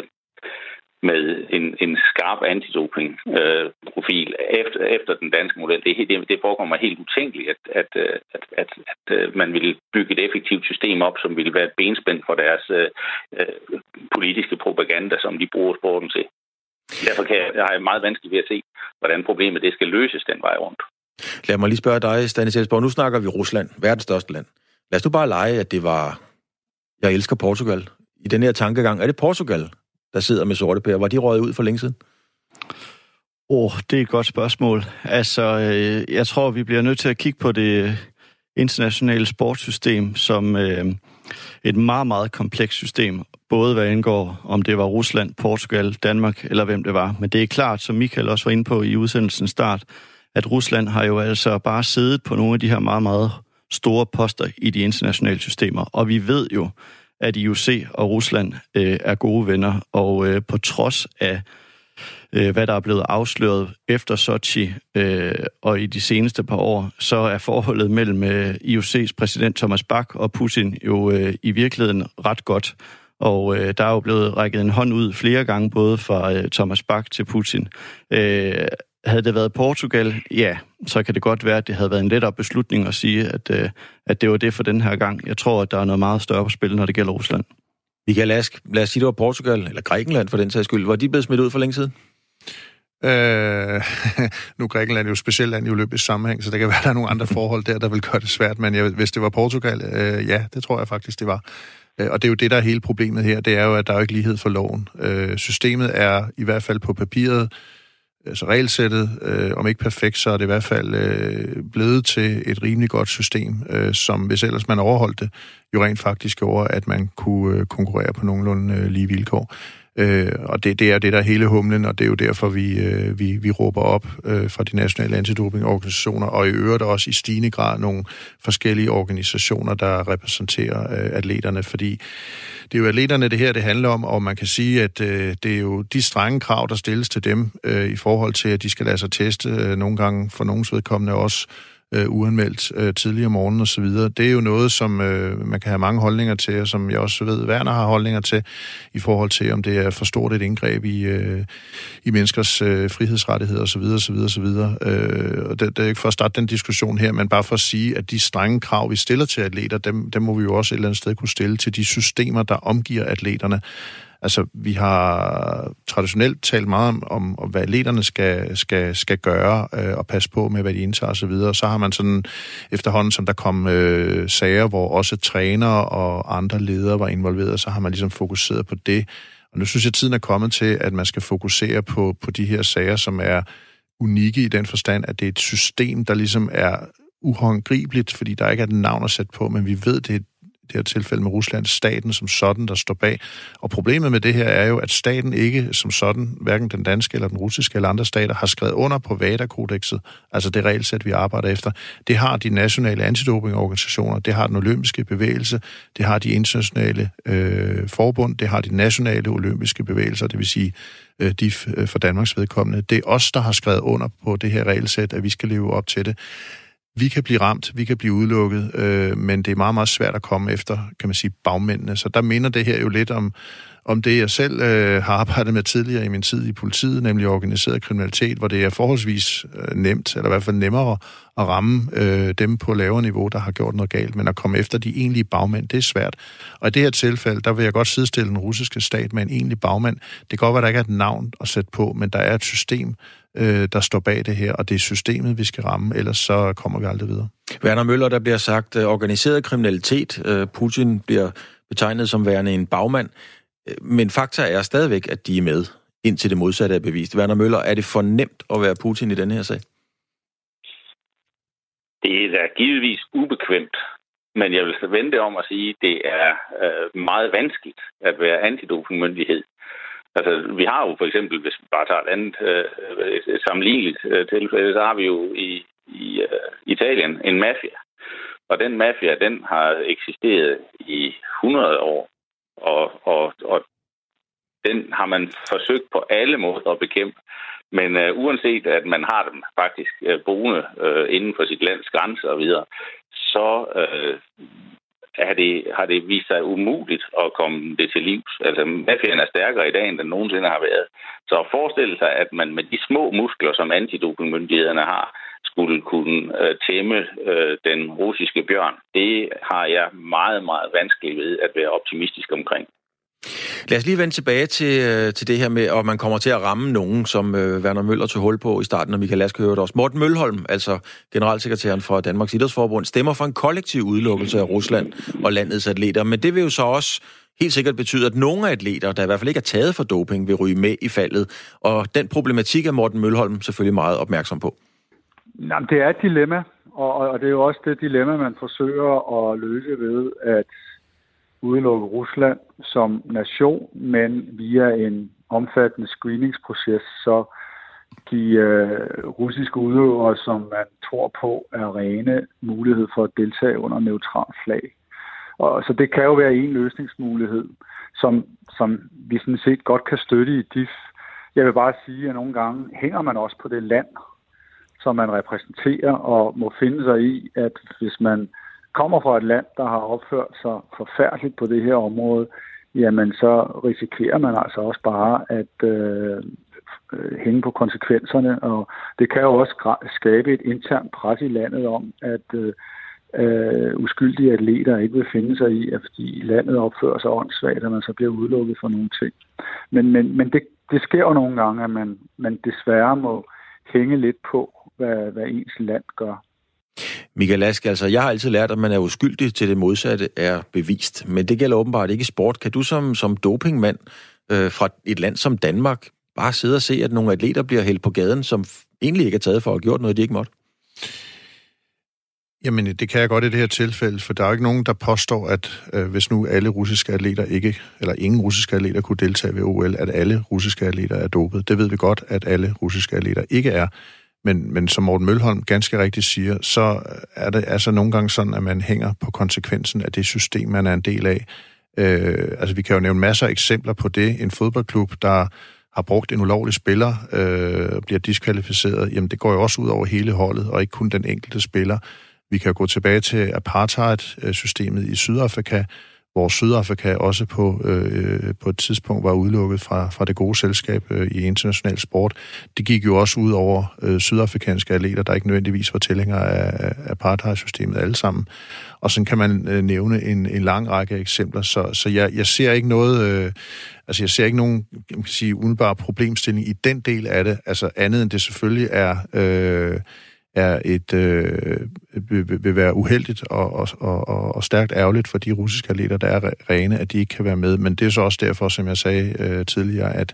med en, en skarp antidoping-profil øh, efter, efter den danske model. Det, det, det forekommer mig helt utænkeligt, at, at, at, at, at, at man ville bygge et effektivt system op, som ville være et benspænd for deres øh, øh, politiske propaganda, som de bruger sporten til. Derfor kan jeg, jeg har meget vanskeligt ved at se, hvordan problemet det skal løses den vej rundt. Lad mig lige spørge dig, Stanis Elsborg. Nu snakker vi Rusland, verdens største land. Lad os nu bare lege, at det var, jeg elsker Portugal. I den her tankegang, er det Portugal, der sidder med sortepærer? Var de røget ud for længe siden? Åh, oh, det er et godt spørgsmål. Altså, øh, jeg tror, vi bliver nødt til at kigge på det internationale sportssystem som øh, et meget, meget komplekst system. Både hvad angår, om det var Rusland, Portugal, Danmark eller hvem det var. Men det er klart, som Michael også var inde på i udsendelsens start, at Rusland har jo altså bare siddet på nogle af de her meget, meget store poster i de internationale systemer. Og vi ved jo, at I O C og Rusland øh, er gode venner, og øh, på trods af, øh, hvad der er blevet afsløret efter Sochi øh, og i de seneste par år, så er forholdet mellem øh, I O C's præsident Thomas Bach og Putin jo øh, i virkeligheden ret godt. Og øh, der er jo blevet rækket en hånd ud flere gange, både fra øh, Thomas Bach til Putin. Øh, havde det været Portugal, ja, så kan det godt være, at det havde været en lettere beslutning at sige, at, øh, at det var det for den her gang. Jeg tror, at der er noget meget større på spil, når det gælder Rusland. Michael Ask, lad os sige, det var Portugal, eller Grækenland for den sags skyld. Var de blevet smidt ud for længe siden? Øh, nu er Grækenland jo specielt land i olympisk sammenhæng, så det kan være, der er nogle andre forhold der, der vil gøre det svært. Men jeg, hvis det var Portugal, øh, ja, det tror jeg faktisk, det var. Og det er jo det, der er hele problemet her, det er jo, at der er jo ikke lighed for loven. Øh, systemet er i hvert fald på papiret, altså regelsættet, øh, om ikke perfekt, så er det i hvert fald øh, blevet til et rimelig godt system, øh, som hvis ellers man overholdt det, jo rent faktisk gjorde, at man kunne øh, konkurrere på nogenlunde øh, lige vilkår. Øh, og det, det er det, der er hele humlen, og det er jo derfor, vi, øh, vi, vi råber op øh, fra de nationale antidopingorganisationer, og i øvrigt også i stigende grad nogle forskellige organisationer, der repræsenterer øh, atleterne, fordi det er jo atleterne, det her det handler om, og man kan sige, at øh, det er jo de strenge krav, der stilles til dem øh, i forhold til, at de skal lade sig teste øh, nogle gange for nogens vedkommende også øh, uanmeldt øh, tidligere om morgenen og så videre. Det er jo noget, som øh, man kan have mange holdninger til, og som jeg også ved, Werner har holdninger til, i forhold til, om det er for stort et indgreb i, øh, i menneskers øh, frihedsrettigheder og så videre, så videre, så videre. Øh, og det, det er ikke for at starte den diskussion her, men bare for at sige, at de strenge krav, vi stiller til atleter, dem, dem må vi jo også et eller andet sted kunne stille til de systemer, der omgiver atleterne. Altså, vi har traditionelt talt meget om, om, om hvad atleterne skal, skal, skal gøre øh, og passe på med, hvad de indtager og så videre. Så har man sådan efterhånden, som der kom øh, sager, hvor også trænere og andre ledere var involveret, så har man ligesom fokuseret på det. Og nu synes jeg, at tiden er kommet til, at man skal fokusere på, på de her sager, som er unikke i den forstand, at det er et system, der ligesom er uhåndgribeligt, fordi der ikke er et navn at sætte på, men vi ved, det er det her tilfælde med Rusland, staten som sådan, der står bag. Og problemet med det her er jo, at staten ikke som sådan, hverken den danske eller den russiske eller andre stater, har skrevet under på WADA-kodekset, altså det regelsæt, vi arbejder efter. Det har de nationale antidopingorganisationer, det har den olympiske bevægelse, det har de internationale øh, forbund, det har de nationale olympiske bevægelser, det vil sige øh, de f- for Danmarks vedkommende. Det er os, der har skrevet under på det her regelsæt, at vi skal leve op til det. Vi kan blive ramt, vi kan blive udelukket, øh, men det er meget, meget svært at komme efter, kan man sige, bagmændene. Så der minder det her jo lidt om, om det, jeg selv øh, har arbejdet med tidligere i min tid i politiet, nemlig organiseret kriminalitet, hvor det er forholdsvis øh, nemt, eller i hvert fald nemmere at ramme øh, dem på lavere niveau, der har gjort noget galt, men at komme efter de egentlige bagmænd, det er svært. Og i det her tilfælde, der vil jeg godt sidestille den russiske stat med en egentlig bagmand. Det kan godt være, der ikke er et navn at sætte på, men der er et system, der står bag det her, og det er systemet, vi skal ramme, ellers så kommer vi aldrig videre. Werner Møller, der bliver sagt organiseret kriminalitet. Putin bliver betegnet som værende en bagmand, men fakta er stadigvæk, at de er med, indtil det modsatte er bevist. Werner Møller, er det for nemt at være Putin i den her sag? Det er da givetvis ubekvemt, men jeg vil vente om at sige, at det er meget vanskeligt at være antidopingmyndighed. Altså, vi har jo for eksempel, hvis vi bare tager et andet øh, et, et sammenligneligt øh, tilfælde, så har vi jo i, i øh, Italien en mafia. Og den mafia, den har eksisteret i hundrede år. Og, og, og den har man forsøgt på alle måder at bekæmpe. Men øh, uanset at man har dem faktisk øh, boende øh, inden for sit lands grænser og videre, så øh, har det, har det vist sig umuligt at komme det til livs. Altså, mafiaen er stærkere i dag, end den nogensinde har været. Så at forestille sig, at man med de små muskler, som antidopingmyndighederne har, skulle kunne øh, tæmme øh, den russiske bjørn, det har jeg meget, meget vanskeligt ved at være optimistisk omkring. Lad os lige vende tilbage til, til det her med, at man kommer til at ramme nogen, som øh, Werner Møller tog hul på i starten, og Michael Ask hørte også. Morten Mølholm, altså generalsekretæren for Danmarks Idrætsforbund, stemmer for en kollektiv udelukkelse af Rusland og landets atleter, men det vil jo så også helt sikkert betyde, at nogle atleter, der i hvert fald ikke er taget for doping, vil ryge med i faldet, og den problematik er Morten Mølholm selvfølgelig meget opmærksom på. Jamen, det er et dilemma, og, og det er jo også det dilemma, man forsøger at løse ved at udelukke Rusland som nation, men via en omfattende screeningsproces, så de øh, russiske udøvere, som man tror på, er rene mulighed for at deltage under neutral flag. Og så det kan jo være en løsningsmulighed, som, som vi sådan set godt kan støtte i D I F. Jeg vil bare sige, at nogle gange hænger man også på det land, som man repræsenterer, og må finde sig i, at hvis man kommer fra et land, der har opført sig forfærdeligt på det her område, jamen så risikerer man altså også bare at øh, hænge på konsekvenserne, og det kan jo også skabe et internt pres i landet om, at øh, uskyldige atleter ikke vil finde sig i, at fordi landet opfører sig åndssvagt, at man så bliver udelukket for nogle ting. Men, men, men det, det sker jo nogle gange, at man, man desværre må hænge lidt på, hvad, hvad ens land gør. Michael Ask, altså jeg har altid lært, at man er uskyldig til det modsatte er bevist, men det gælder åbenbart ikke i sport. Kan du som, som dopingmand øh, fra et land som Danmark bare sidde og se, at nogle atleter bliver hældt på gaden, som egentlig ikke er taget for at have gjort noget, de ikke måtte? Jamen, det kan jeg godt i det her tilfælde, for der er jo ikke nogen, der påstår, at øh, hvis nu alle russiske atleter ikke, eller ingen russiske atleter kunne deltage ved O L, at alle russiske atleter er dopet. Det ved vi godt, at alle russiske atleter ikke er. Men, men som Morten Mølholm ganske rigtigt siger, så er det altså nogle gange sådan, at man hænger på konsekvensen af det system, man er en del af. Øh, altså, vi kan jo nævne masser af eksempler på det. En fodboldklub, der har brugt en ulovlig spiller og øh, bliver diskvalificeret, jamen det går jo også ud over hele holdet, og ikke kun den enkelte spiller. Vi kan jo gå tilbage til apartheid-systemet i Sydafrika, hvor Sydafrika også på, øh, på et tidspunkt var udelukket fra, fra det gode selskab øh, i international sport. Det gik jo også ud over øh, sydafrikanske atleter, der ikke nødvendigvis var tilhængere af, af apartheid-systemet alle sammen. Og sådan kan man øh, nævne en, en lang række eksempler. Så, så jeg, jeg ser ikke noget, øh, altså jeg ser ikke nogen, man kan sige, umiddelbare problemstilling i den del af det, altså andet end det selvfølgelig er... Øh, er et øh, vil, vil være uheldigt og, og, og, og stærkt ærgerligt for de russiske atleter, der er rene, at de ikke kan være med. Men det er så også derfor, som jeg sagde øh, tidligere, at,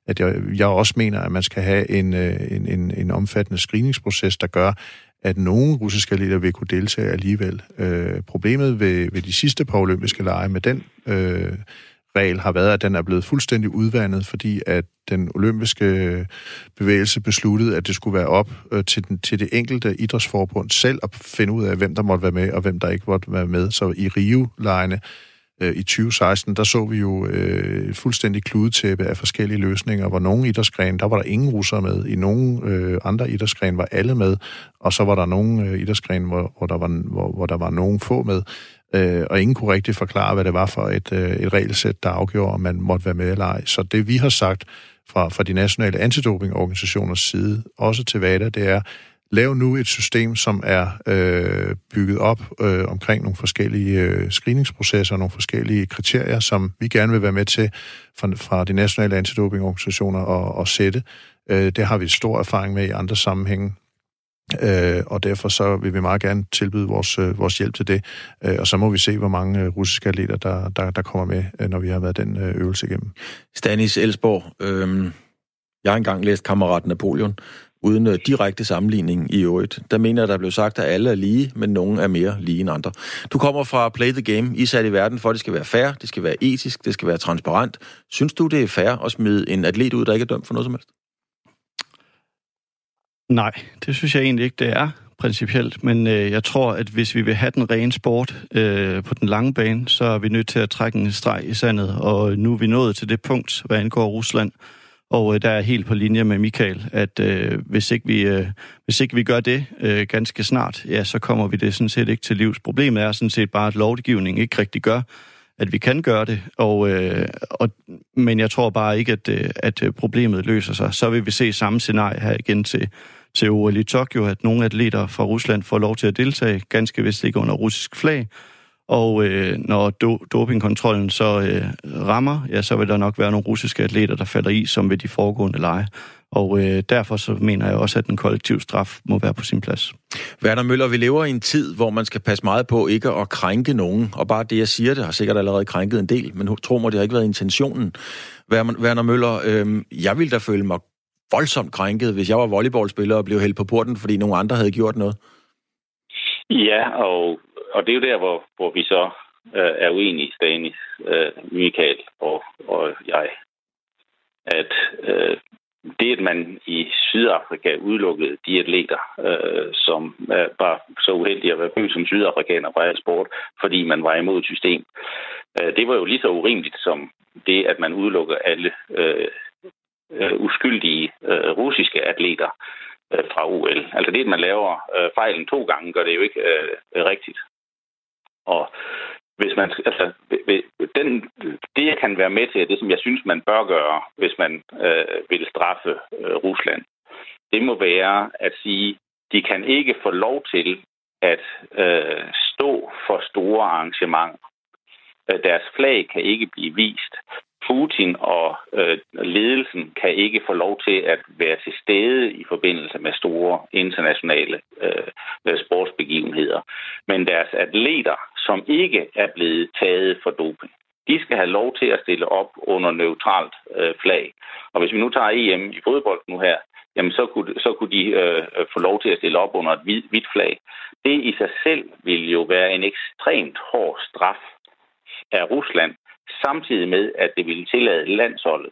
at jeg, jeg også mener, at man skal have en, en, en, en omfattende screeningsproces, der gør, at nogle russiske atleter vil kunne deltage alligevel. Øh, problemet ved, ved de sidste par olympiske lege med den øh, regel har været, at den er blevet fuldstændig udvandet, fordi at den olympiske bevægelse besluttede, at det skulle være op øh, til, den, til det enkelte idrætsforbund selv at finde ud af, hvem der måtte være med, og hvem der ikke måtte være med. Så i Rio-legene øh, i tyve seksten, der så vi jo øh, et fuldstændig kludetæppe af forskellige løsninger, hvor nogle idrætsgrene, der var der ingen russere med, i nogle øh, andre idrætsgrene var alle med, og så var der nogle øh, idrætsgrene, hvor, hvor, der var, hvor, hvor der var nogen få med. Øh, og ingen kunne rigtig forklare, hvad det var for et, øh, et regelsæt, der afgjorde, om man måtte være med eller ej. Så det, vi har sagt fra, fra de nationale antidopingorganisationers side, også til WADA, det er, lav nu et system, som er øh, bygget op øh, omkring nogle forskellige øh, screeningsprocesser, nogle forskellige kriterier, som vi gerne vil være med til fra, fra de nationale antidopingorganisationer at, at sætte. Øh, det har vi stor erfaring med i andre sammenhænge. Øh, og derfor så vil vi meget gerne tilbyde vores, øh, vores hjælp til det. Øh, og så må vi se, hvor mange øh, russiske atleter, der, der, der kommer med, øh, når vi har været den øh, øvelse igennem. Stanis Elsborg, øh, jeg har engang læst Kammerat Napoleon, uden øh, direkte sammenligning i øvrigt. Der mener jeg, der blev sagt, at alle er lige, men nogen er mere lige end andre. Du kommer fra Play the Game. I er sat i verden for, at det skal være fair, det skal være etisk, det skal være transparent. Synes du, det er fair at smide en atlet ud, der ikke er dømt for noget som helst? Nej, det synes jeg egentlig ikke, det er principielt, men øh, jeg tror, at hvis vi vil have den rene sport øh, på den lange bane, så er vi nødt til at trække en streg i sandet, og nu er vi nået til det punkt, hvad angår Rusland, og øh, der er helt på linje med Michael, at øh, hvis, ikke vi, øh, hvis ikke vi gør det øh, ganske snart, ja, så kommer vi det sådan set ikke til livs. Problemet er sådan set bare, at lovgivningen ikke rigtig gør, at vi kan gøre det, og, øh, og, men jeg tror bare ikke, at, at problemet løser sig. Så vil vi se samme scenarie her igen til, til O L i Tokyo, at nogle atleter fra Rusland får lov til at deltage, ganske vist ikke under russisk flag, og øh, når do, dopingkontrollen så øh, rammer, ja, så vil der nok være nogle russiske atleter, der falder i, som ved de foregående lege. Og øh, derfor så mener jeg også, at en kollektiv straf må være på sin plads. Werner Møller, vi lever i en tid, hvor man skal passe meget på ikke at krænke nogen. Og bare det, jeg siger, det har sikkert allerede krænket en del, men tro mig, det har ikke været intentionen. Werner Møller, øh, jeg ville da føle mig voldsomt krænket, hvis jeg var volleyballspiller og blev hældt på porten, fordi nogle andre havde gjort noget. Ja, og, og det er jo der, hvor, hvor vi så øh, er uenige, Stanis, øh, Michael og, og jeg, at øh, det, at man i Sydafrika udelukkede de atleter, øh, som øh, var så uheldige at være født som sydafrikaner på al sport, fordi man var imod et system, øh, det var jo lige så urimeligt som det, at man udelukker alle øh, øh, uskyldige øh, russiske atleter øh, fra O L. Altså det, at man laver øh, fejlen to gange, gør det jo ikke øh, rigtigt. Og hvis man, altså, den, det jeg kan være med til, det som jeg synes, man bør gøre, hvis man øh, vil straffe øh, Rusland, det må være at sige, de kan ikke få lov til at øh, stå for store arrangementer. Deres flag kan ikke blive vist. Putin og øh, ledelsen kan ikke få lov til at være til stede i forbindelse med store internationale øh, sportsbegivenheder. Men deres atleter, som ikke er blevet taget for doping, de skal have lov til at stille op under neutralt øh, flag. Og hvis vi nu tager E M i fodbold nu her, jamen så kunne, så kunne de øh, få lov til at stille op under et hvid, hvidt flag. Det i sig selv vil jo være en ekstremt hård straf af Rusland, samtidig med, at det ville tillade landsholdet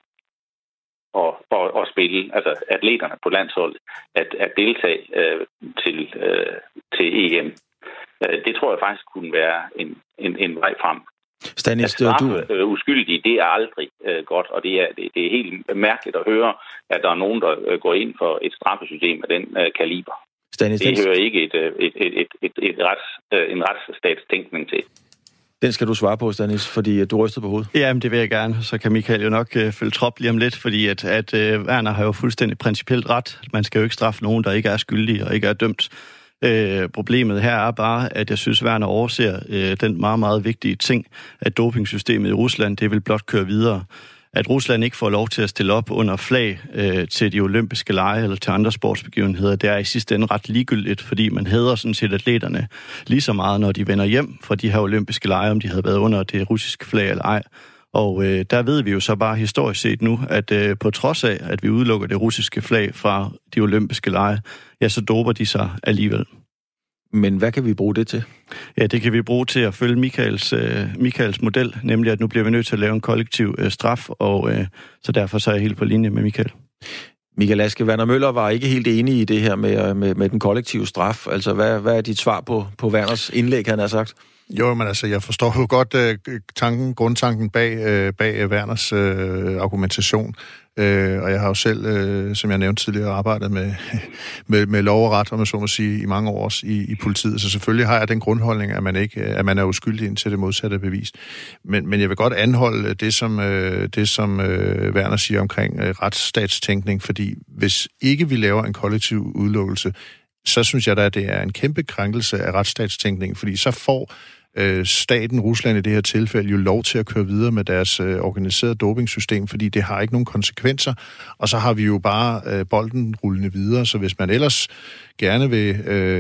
og, og, og spille, altså atleterne på landsholdet, at, at deltage øh, til, øh, til E M. Det tror jeg faktisk kunne være en, en, en vej frem. Stanis, at straffe du... øh, uskyldige, det er aldrig øh, godt, og det er, det, det er helt mærkeligt at høre, at der er nogen, der øh, går ind for et straffesystem af den øh, kaliber. Stanis, det den... hører ikke et, et, et, et, et, et rets, øh, en retsstatstænkning til. Den skal du svare på, Stanis, fordi du rystede på hovedet. Jamen, det vil jeg gerne. Så kan Michael jo nok øh, følge trop lige om lidt, fordi at, at øh, Werner har jo fuldstændig principielt ret. Man skal jo ikke straffe nogen, der ikke er skyldige og ikke er dømt. Øh, problemet her er bare, at jeg synes, Werner overser øh, den meget, meget vigtige ting, at dopingsystemet i Rusland, det vil blot køre videre. At Rusland ikke får lov til at stille op under flag øh, til de olympiske lege eller til andre sportsbegivenheder, det er i sidste ende ret ligegyldigt, fordi man hædrer sådan set atleterne lige så meget, når de vender hjem fra de her olympiske lege, om de havde været under det russiske flag eller ej. Og øh, der ved vi jo så bare historisk set nu, at øh, på trods af, at vi udelukker det russiske flag fra de olympiske lege, ja, så doper de sig alligevel. Men hvad kan vi bruge det til? Ja, det kan vi bruge til at følge Michaels, øh, Michaels model, nemlig at nu bliver vi nødt til at lave en kollektiv øh, straf, og øh, så derfor så er jeg helt på linje med Michael. Michael Aske, Werner Møller var ikke helt enig i det her med, med, med den kollektive straf. Altså, hvad, hvad er dit svar på, på Werners indlæg, han har sagt? Jo, men altså, jeg forstår jo godt uh, tanken, grundtanken bag, uh, bag Werners uh, argumentation. Uh, og jeg har jo selv, uh, som jeg nævnte tidligere, arbejdet med, med, med lov og ret, om man så må sige, i mange år i, i politiet. Så selvfølgelig har jeg den grundholdning, at man ikke at man er uskyldig indtil det modsatte er bevist. Men, men jeg vil godt anholde det, som, uh, det, som uh, Werner siger omkring uh, retsstatstænkning, fordi hvis ikke vi laver en kollektiv udelukkelse, så synes jeg da, at det er en kæmpe krænkelse af retsstatstænkning, fordi så får øh, staten, Rusland i det her tilfælde, jo lov til at køre videre med deres øh, organiserede dopingsystem, fordi det har ikke nogen konsekvenser, og så har vi jo bare øh, bolden rullende videre, så hvis man ellers gerne vil,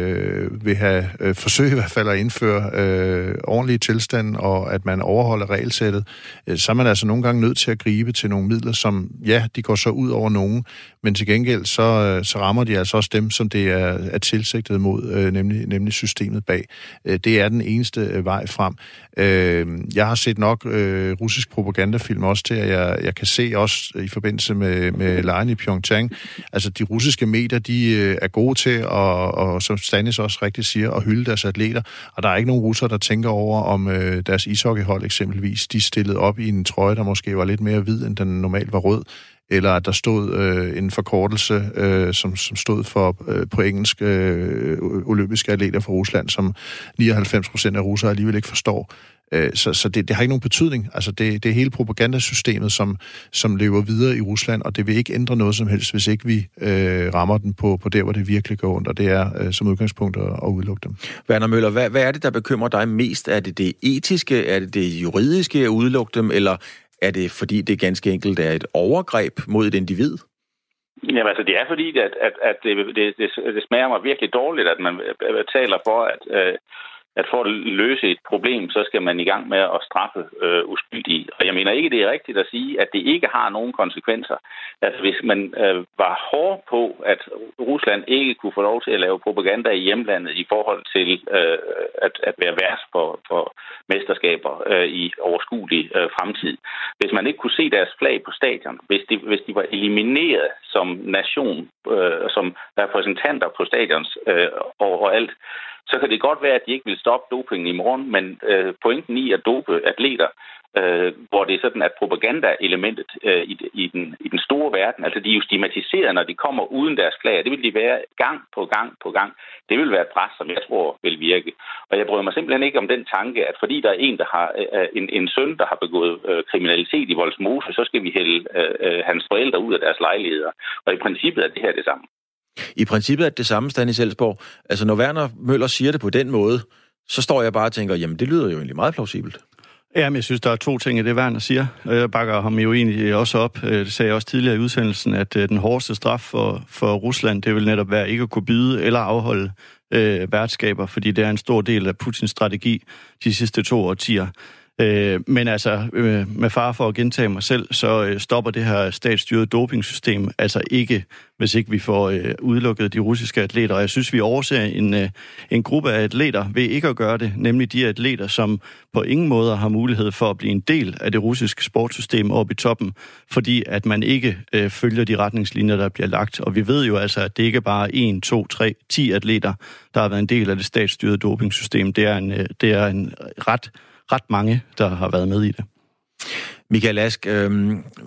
øh, vil have øh, forsøg i hvert fald at indføre øh, ordentlige tilstand, og at man overholder regelsættet, øh, så er man altså nogle gange nødt til at gribe til nogle midler, som, ja, de går så ud over nogen, men til gengæld, så, øh, så rammer de altså også dem, som det er, er tilsigtet mod, øh, nemlig, nemlig systemet bag. Øh, det er den eneste øh, vej frem. Øh, jeg har set nok øh, russisk propagandafilm også til, at jeg, jeg kan se også i forbindelse med, med lejren i Pyeongchang, altså de russiske medier, de øh, er gode til Og, og som Stanis også rigtigt siger, at hylde deres atleter. Og der er ikke nogen russere, der tænker over, om øh, deres ishockeyhold eksempelvis, de stillede op i en trøje, der måske var lidt mere hvid, end den normalt var rød, eller at der stod øh, en forkortelse, øh, som, som stod for øh, på engelsk øh, olympiske atleter fra Rusland, som nioghalvfems procent af russere alligevel ikke forstår. Så, så det, det har ikke nogen betydning. Altså det, det er hele propagandasystemet, som, som lever videre i Rusland, og det vil ikke ændre noget som helst, hvis ikke vi øh, rammer den på, på der, hvor det virkelig går ondt, og det er øh, som udgangspunkt at, at udelukke dem. Werner Møller, hvad, hvad er det, der bekymrer dig mest? Er det det etiske? Er det det juridiske at udelukke dem? Eller er det, fordi det ganske enkelt er et overgreb mod et individ? Jamen altså, det er fordi, at, at, at det, det, det, det smager mig virkelig dårligt, at man taler for, at... Øh, at for at løse et problem, så skal man i gang med at straffe øh, uskyldige. Og jeg mener ikke, det er rigtigt at sige, at det ikke har nogen konsekvenser. Altså hvis man øh, var hård på, at Rusland ikke kunne få lov til at lave propaganda i hjemlandet i forhold til øh, at, at være vært for, for mesterskaber øh, i overskuelig øh, fremtid. Hvis man ikke kunne se deres flag på stadion, hvis de, hvis de var elimineret som nation, øh, som repræsentanter på stadions øh, og, og alt, så kan det godt være, at de ikke vil stoppe dopingen i morgen, men øh, pointen i at dope atleter, øh, hvor det er sådan, at propaganda-elementet øh, i, i, den, i den store verden, altså de er jo stigmatiseret, når de kommer uden deres flag, det vil de være gang på gang på gang. Det vil være et pres, som jeg tror vil virke. Og jeg bryder mig simpelthen ikke om den tanke, at fordi der er en, der har øh, en, en søn, der har begået øh, kriminalitet i Vollsmose, så skal vi hælde øh, hans forældre ud af deres lejligheder. Og i princippet er det her det samme. I princippet er det det samme, Stanis Elsborg. Altså, når Werner Møller siger det på den måde, så står jeg bare og tænker, jamen, det lyder jo egentlig meget plausibelt. Jamen, jeg synes, der er to ting i det, Werner siger. Jeg bakker ham jo egentlig også op. Det sagde jeg også tidligere i udsendelsen, at den hårdeste straf for, for Rusland, det vil netop være ikke at kunne byde eller afholde øh, værtskaber, fordi det er en stor del af Putins strategi de sidste to årtier. Øh, men altså, øh, med fare for at gentage mig selv, så øh, stopper det her statsstyrede dopingsystem altså ikke, hvis ikke vi får øh, udelukket de russiske atleter. Og jeg synes, vi overser en, øh, en gruppe af atleter ved ikke at gøre det, nemlig de atleter, som på ingen måde har mulighed for at blive en del af det russiske sportssystem oppe i toppen, fordi at man ikke øh, følger de retningslinjer, der bliver lagt. Og vi ved jo altså, at det ikke bare er en, to, tre, ti atleter, der har været en del af det statsstyrede dopingsystem. Det er en, øh, det er en ret ret mange, der har været med i det. Michael Ask, øh,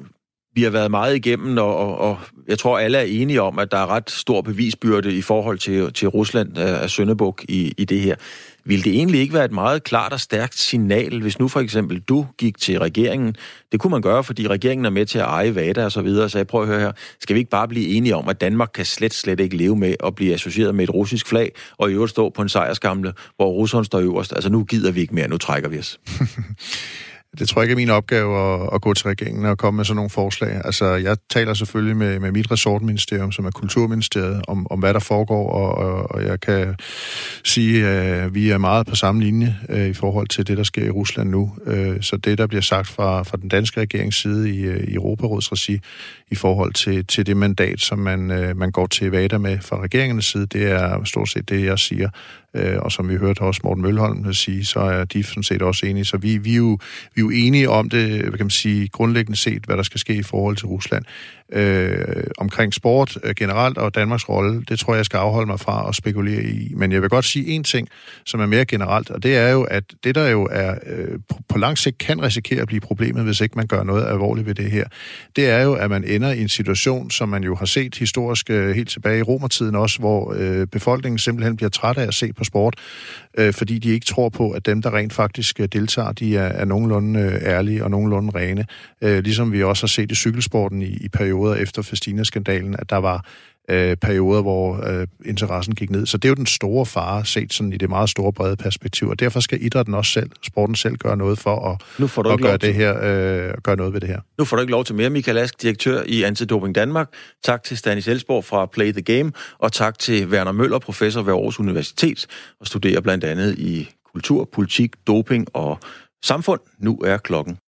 vi har været meget igennem, og, og, og jeg tror, alle er enige om, at der er ret stor bevisbyrde i forhold til, til Rusland af syndebuk i, i det her. Vil det egentlig ikke være et meget klart og stærkt signal, hvis nu for eksempel du gik til regeringen? Det kunne man gøre, fordi regeringen er med til at eje WADA og så videre, så jeg prøver at høre her. Skal vi ikke bare blive enige om, at Danmark kan slet, slet ikke leve med at blive associeret med et russisk flag, og i øvrigt stå på en sejrskamle, hvor russerne står øverst? Altså nu gider vi ikke mere, nu trækker vi os. Det tror jeg ikke er min opgave at, at gå til regeringen og komme med sådan nogle forslag. Altså, jeg taler selvfølgelig med, med mit resortministerium, som er Kulturministeriet, om, om hvad der foregår, og, og, og jeg kan sige, at vi er meget på samme linje øh, i forhold til det, der sker i Rusland nu. Øh, så det, der bliver sagt fra, fra den danske regerings side i, i Europarådets regi, i forhold til, til det mandat, som man, øh, man går til VADA med fra regeringernes side, det er stort set det, jeg siger. Øh, og som vi hørte også Morten Mølholm sige, så er de sådan set også enige. Så vi, vi, er, jo, vi er jo enige om det, hvad kan man sige, grundlæggende set, hvad der skal ske i forhold til Rusland. Øh, omkring sport øh, generelt og Danmarks rolle, det tror jeg, jeg skal afholde mig fra at spekulere i. Men jeg vil godt sige en ting, som er mere generelt, og det er jo, at det der jo er øh, på, på lang sigt kan risikere at blive problemet, hvis ikke man gør noget alvorligt ved det her, det er jo, at man ender i en situation, som man jo har set historisk øh, helt tilbage i romertiden også, hvor øh, befolkningen simpelthen bliver træt af at se på sport, øh, fordi de ikke tror på, at dem, der rent faktisk deltager, de er, er nogenlunde øh, ærlige og nogenlunde rene. Øh, ligesom vi også har set i cykelsporten i, i perioder efter Festina-skandalen, at der var øh, perioder, hvor øh, interessen gik ned. Så det er jo den store fare, set sådan i det meget store brede perspektiv, og derfor skal idrætten også selv, sporten selv, gøre noget for at, nu får du at gøre, til... det her, øh, gøre noget ved det her. Nu får du ikke lov til mere, Michael Ask, direktør i Antidoping Danmark. Tak til Stanis Elsborg fra Play the Game, og tak til Werner Møller, professor ved Aarhus Universitet, og studerer blandt andet i kultur, politik, doping og samfund. Nu er klokken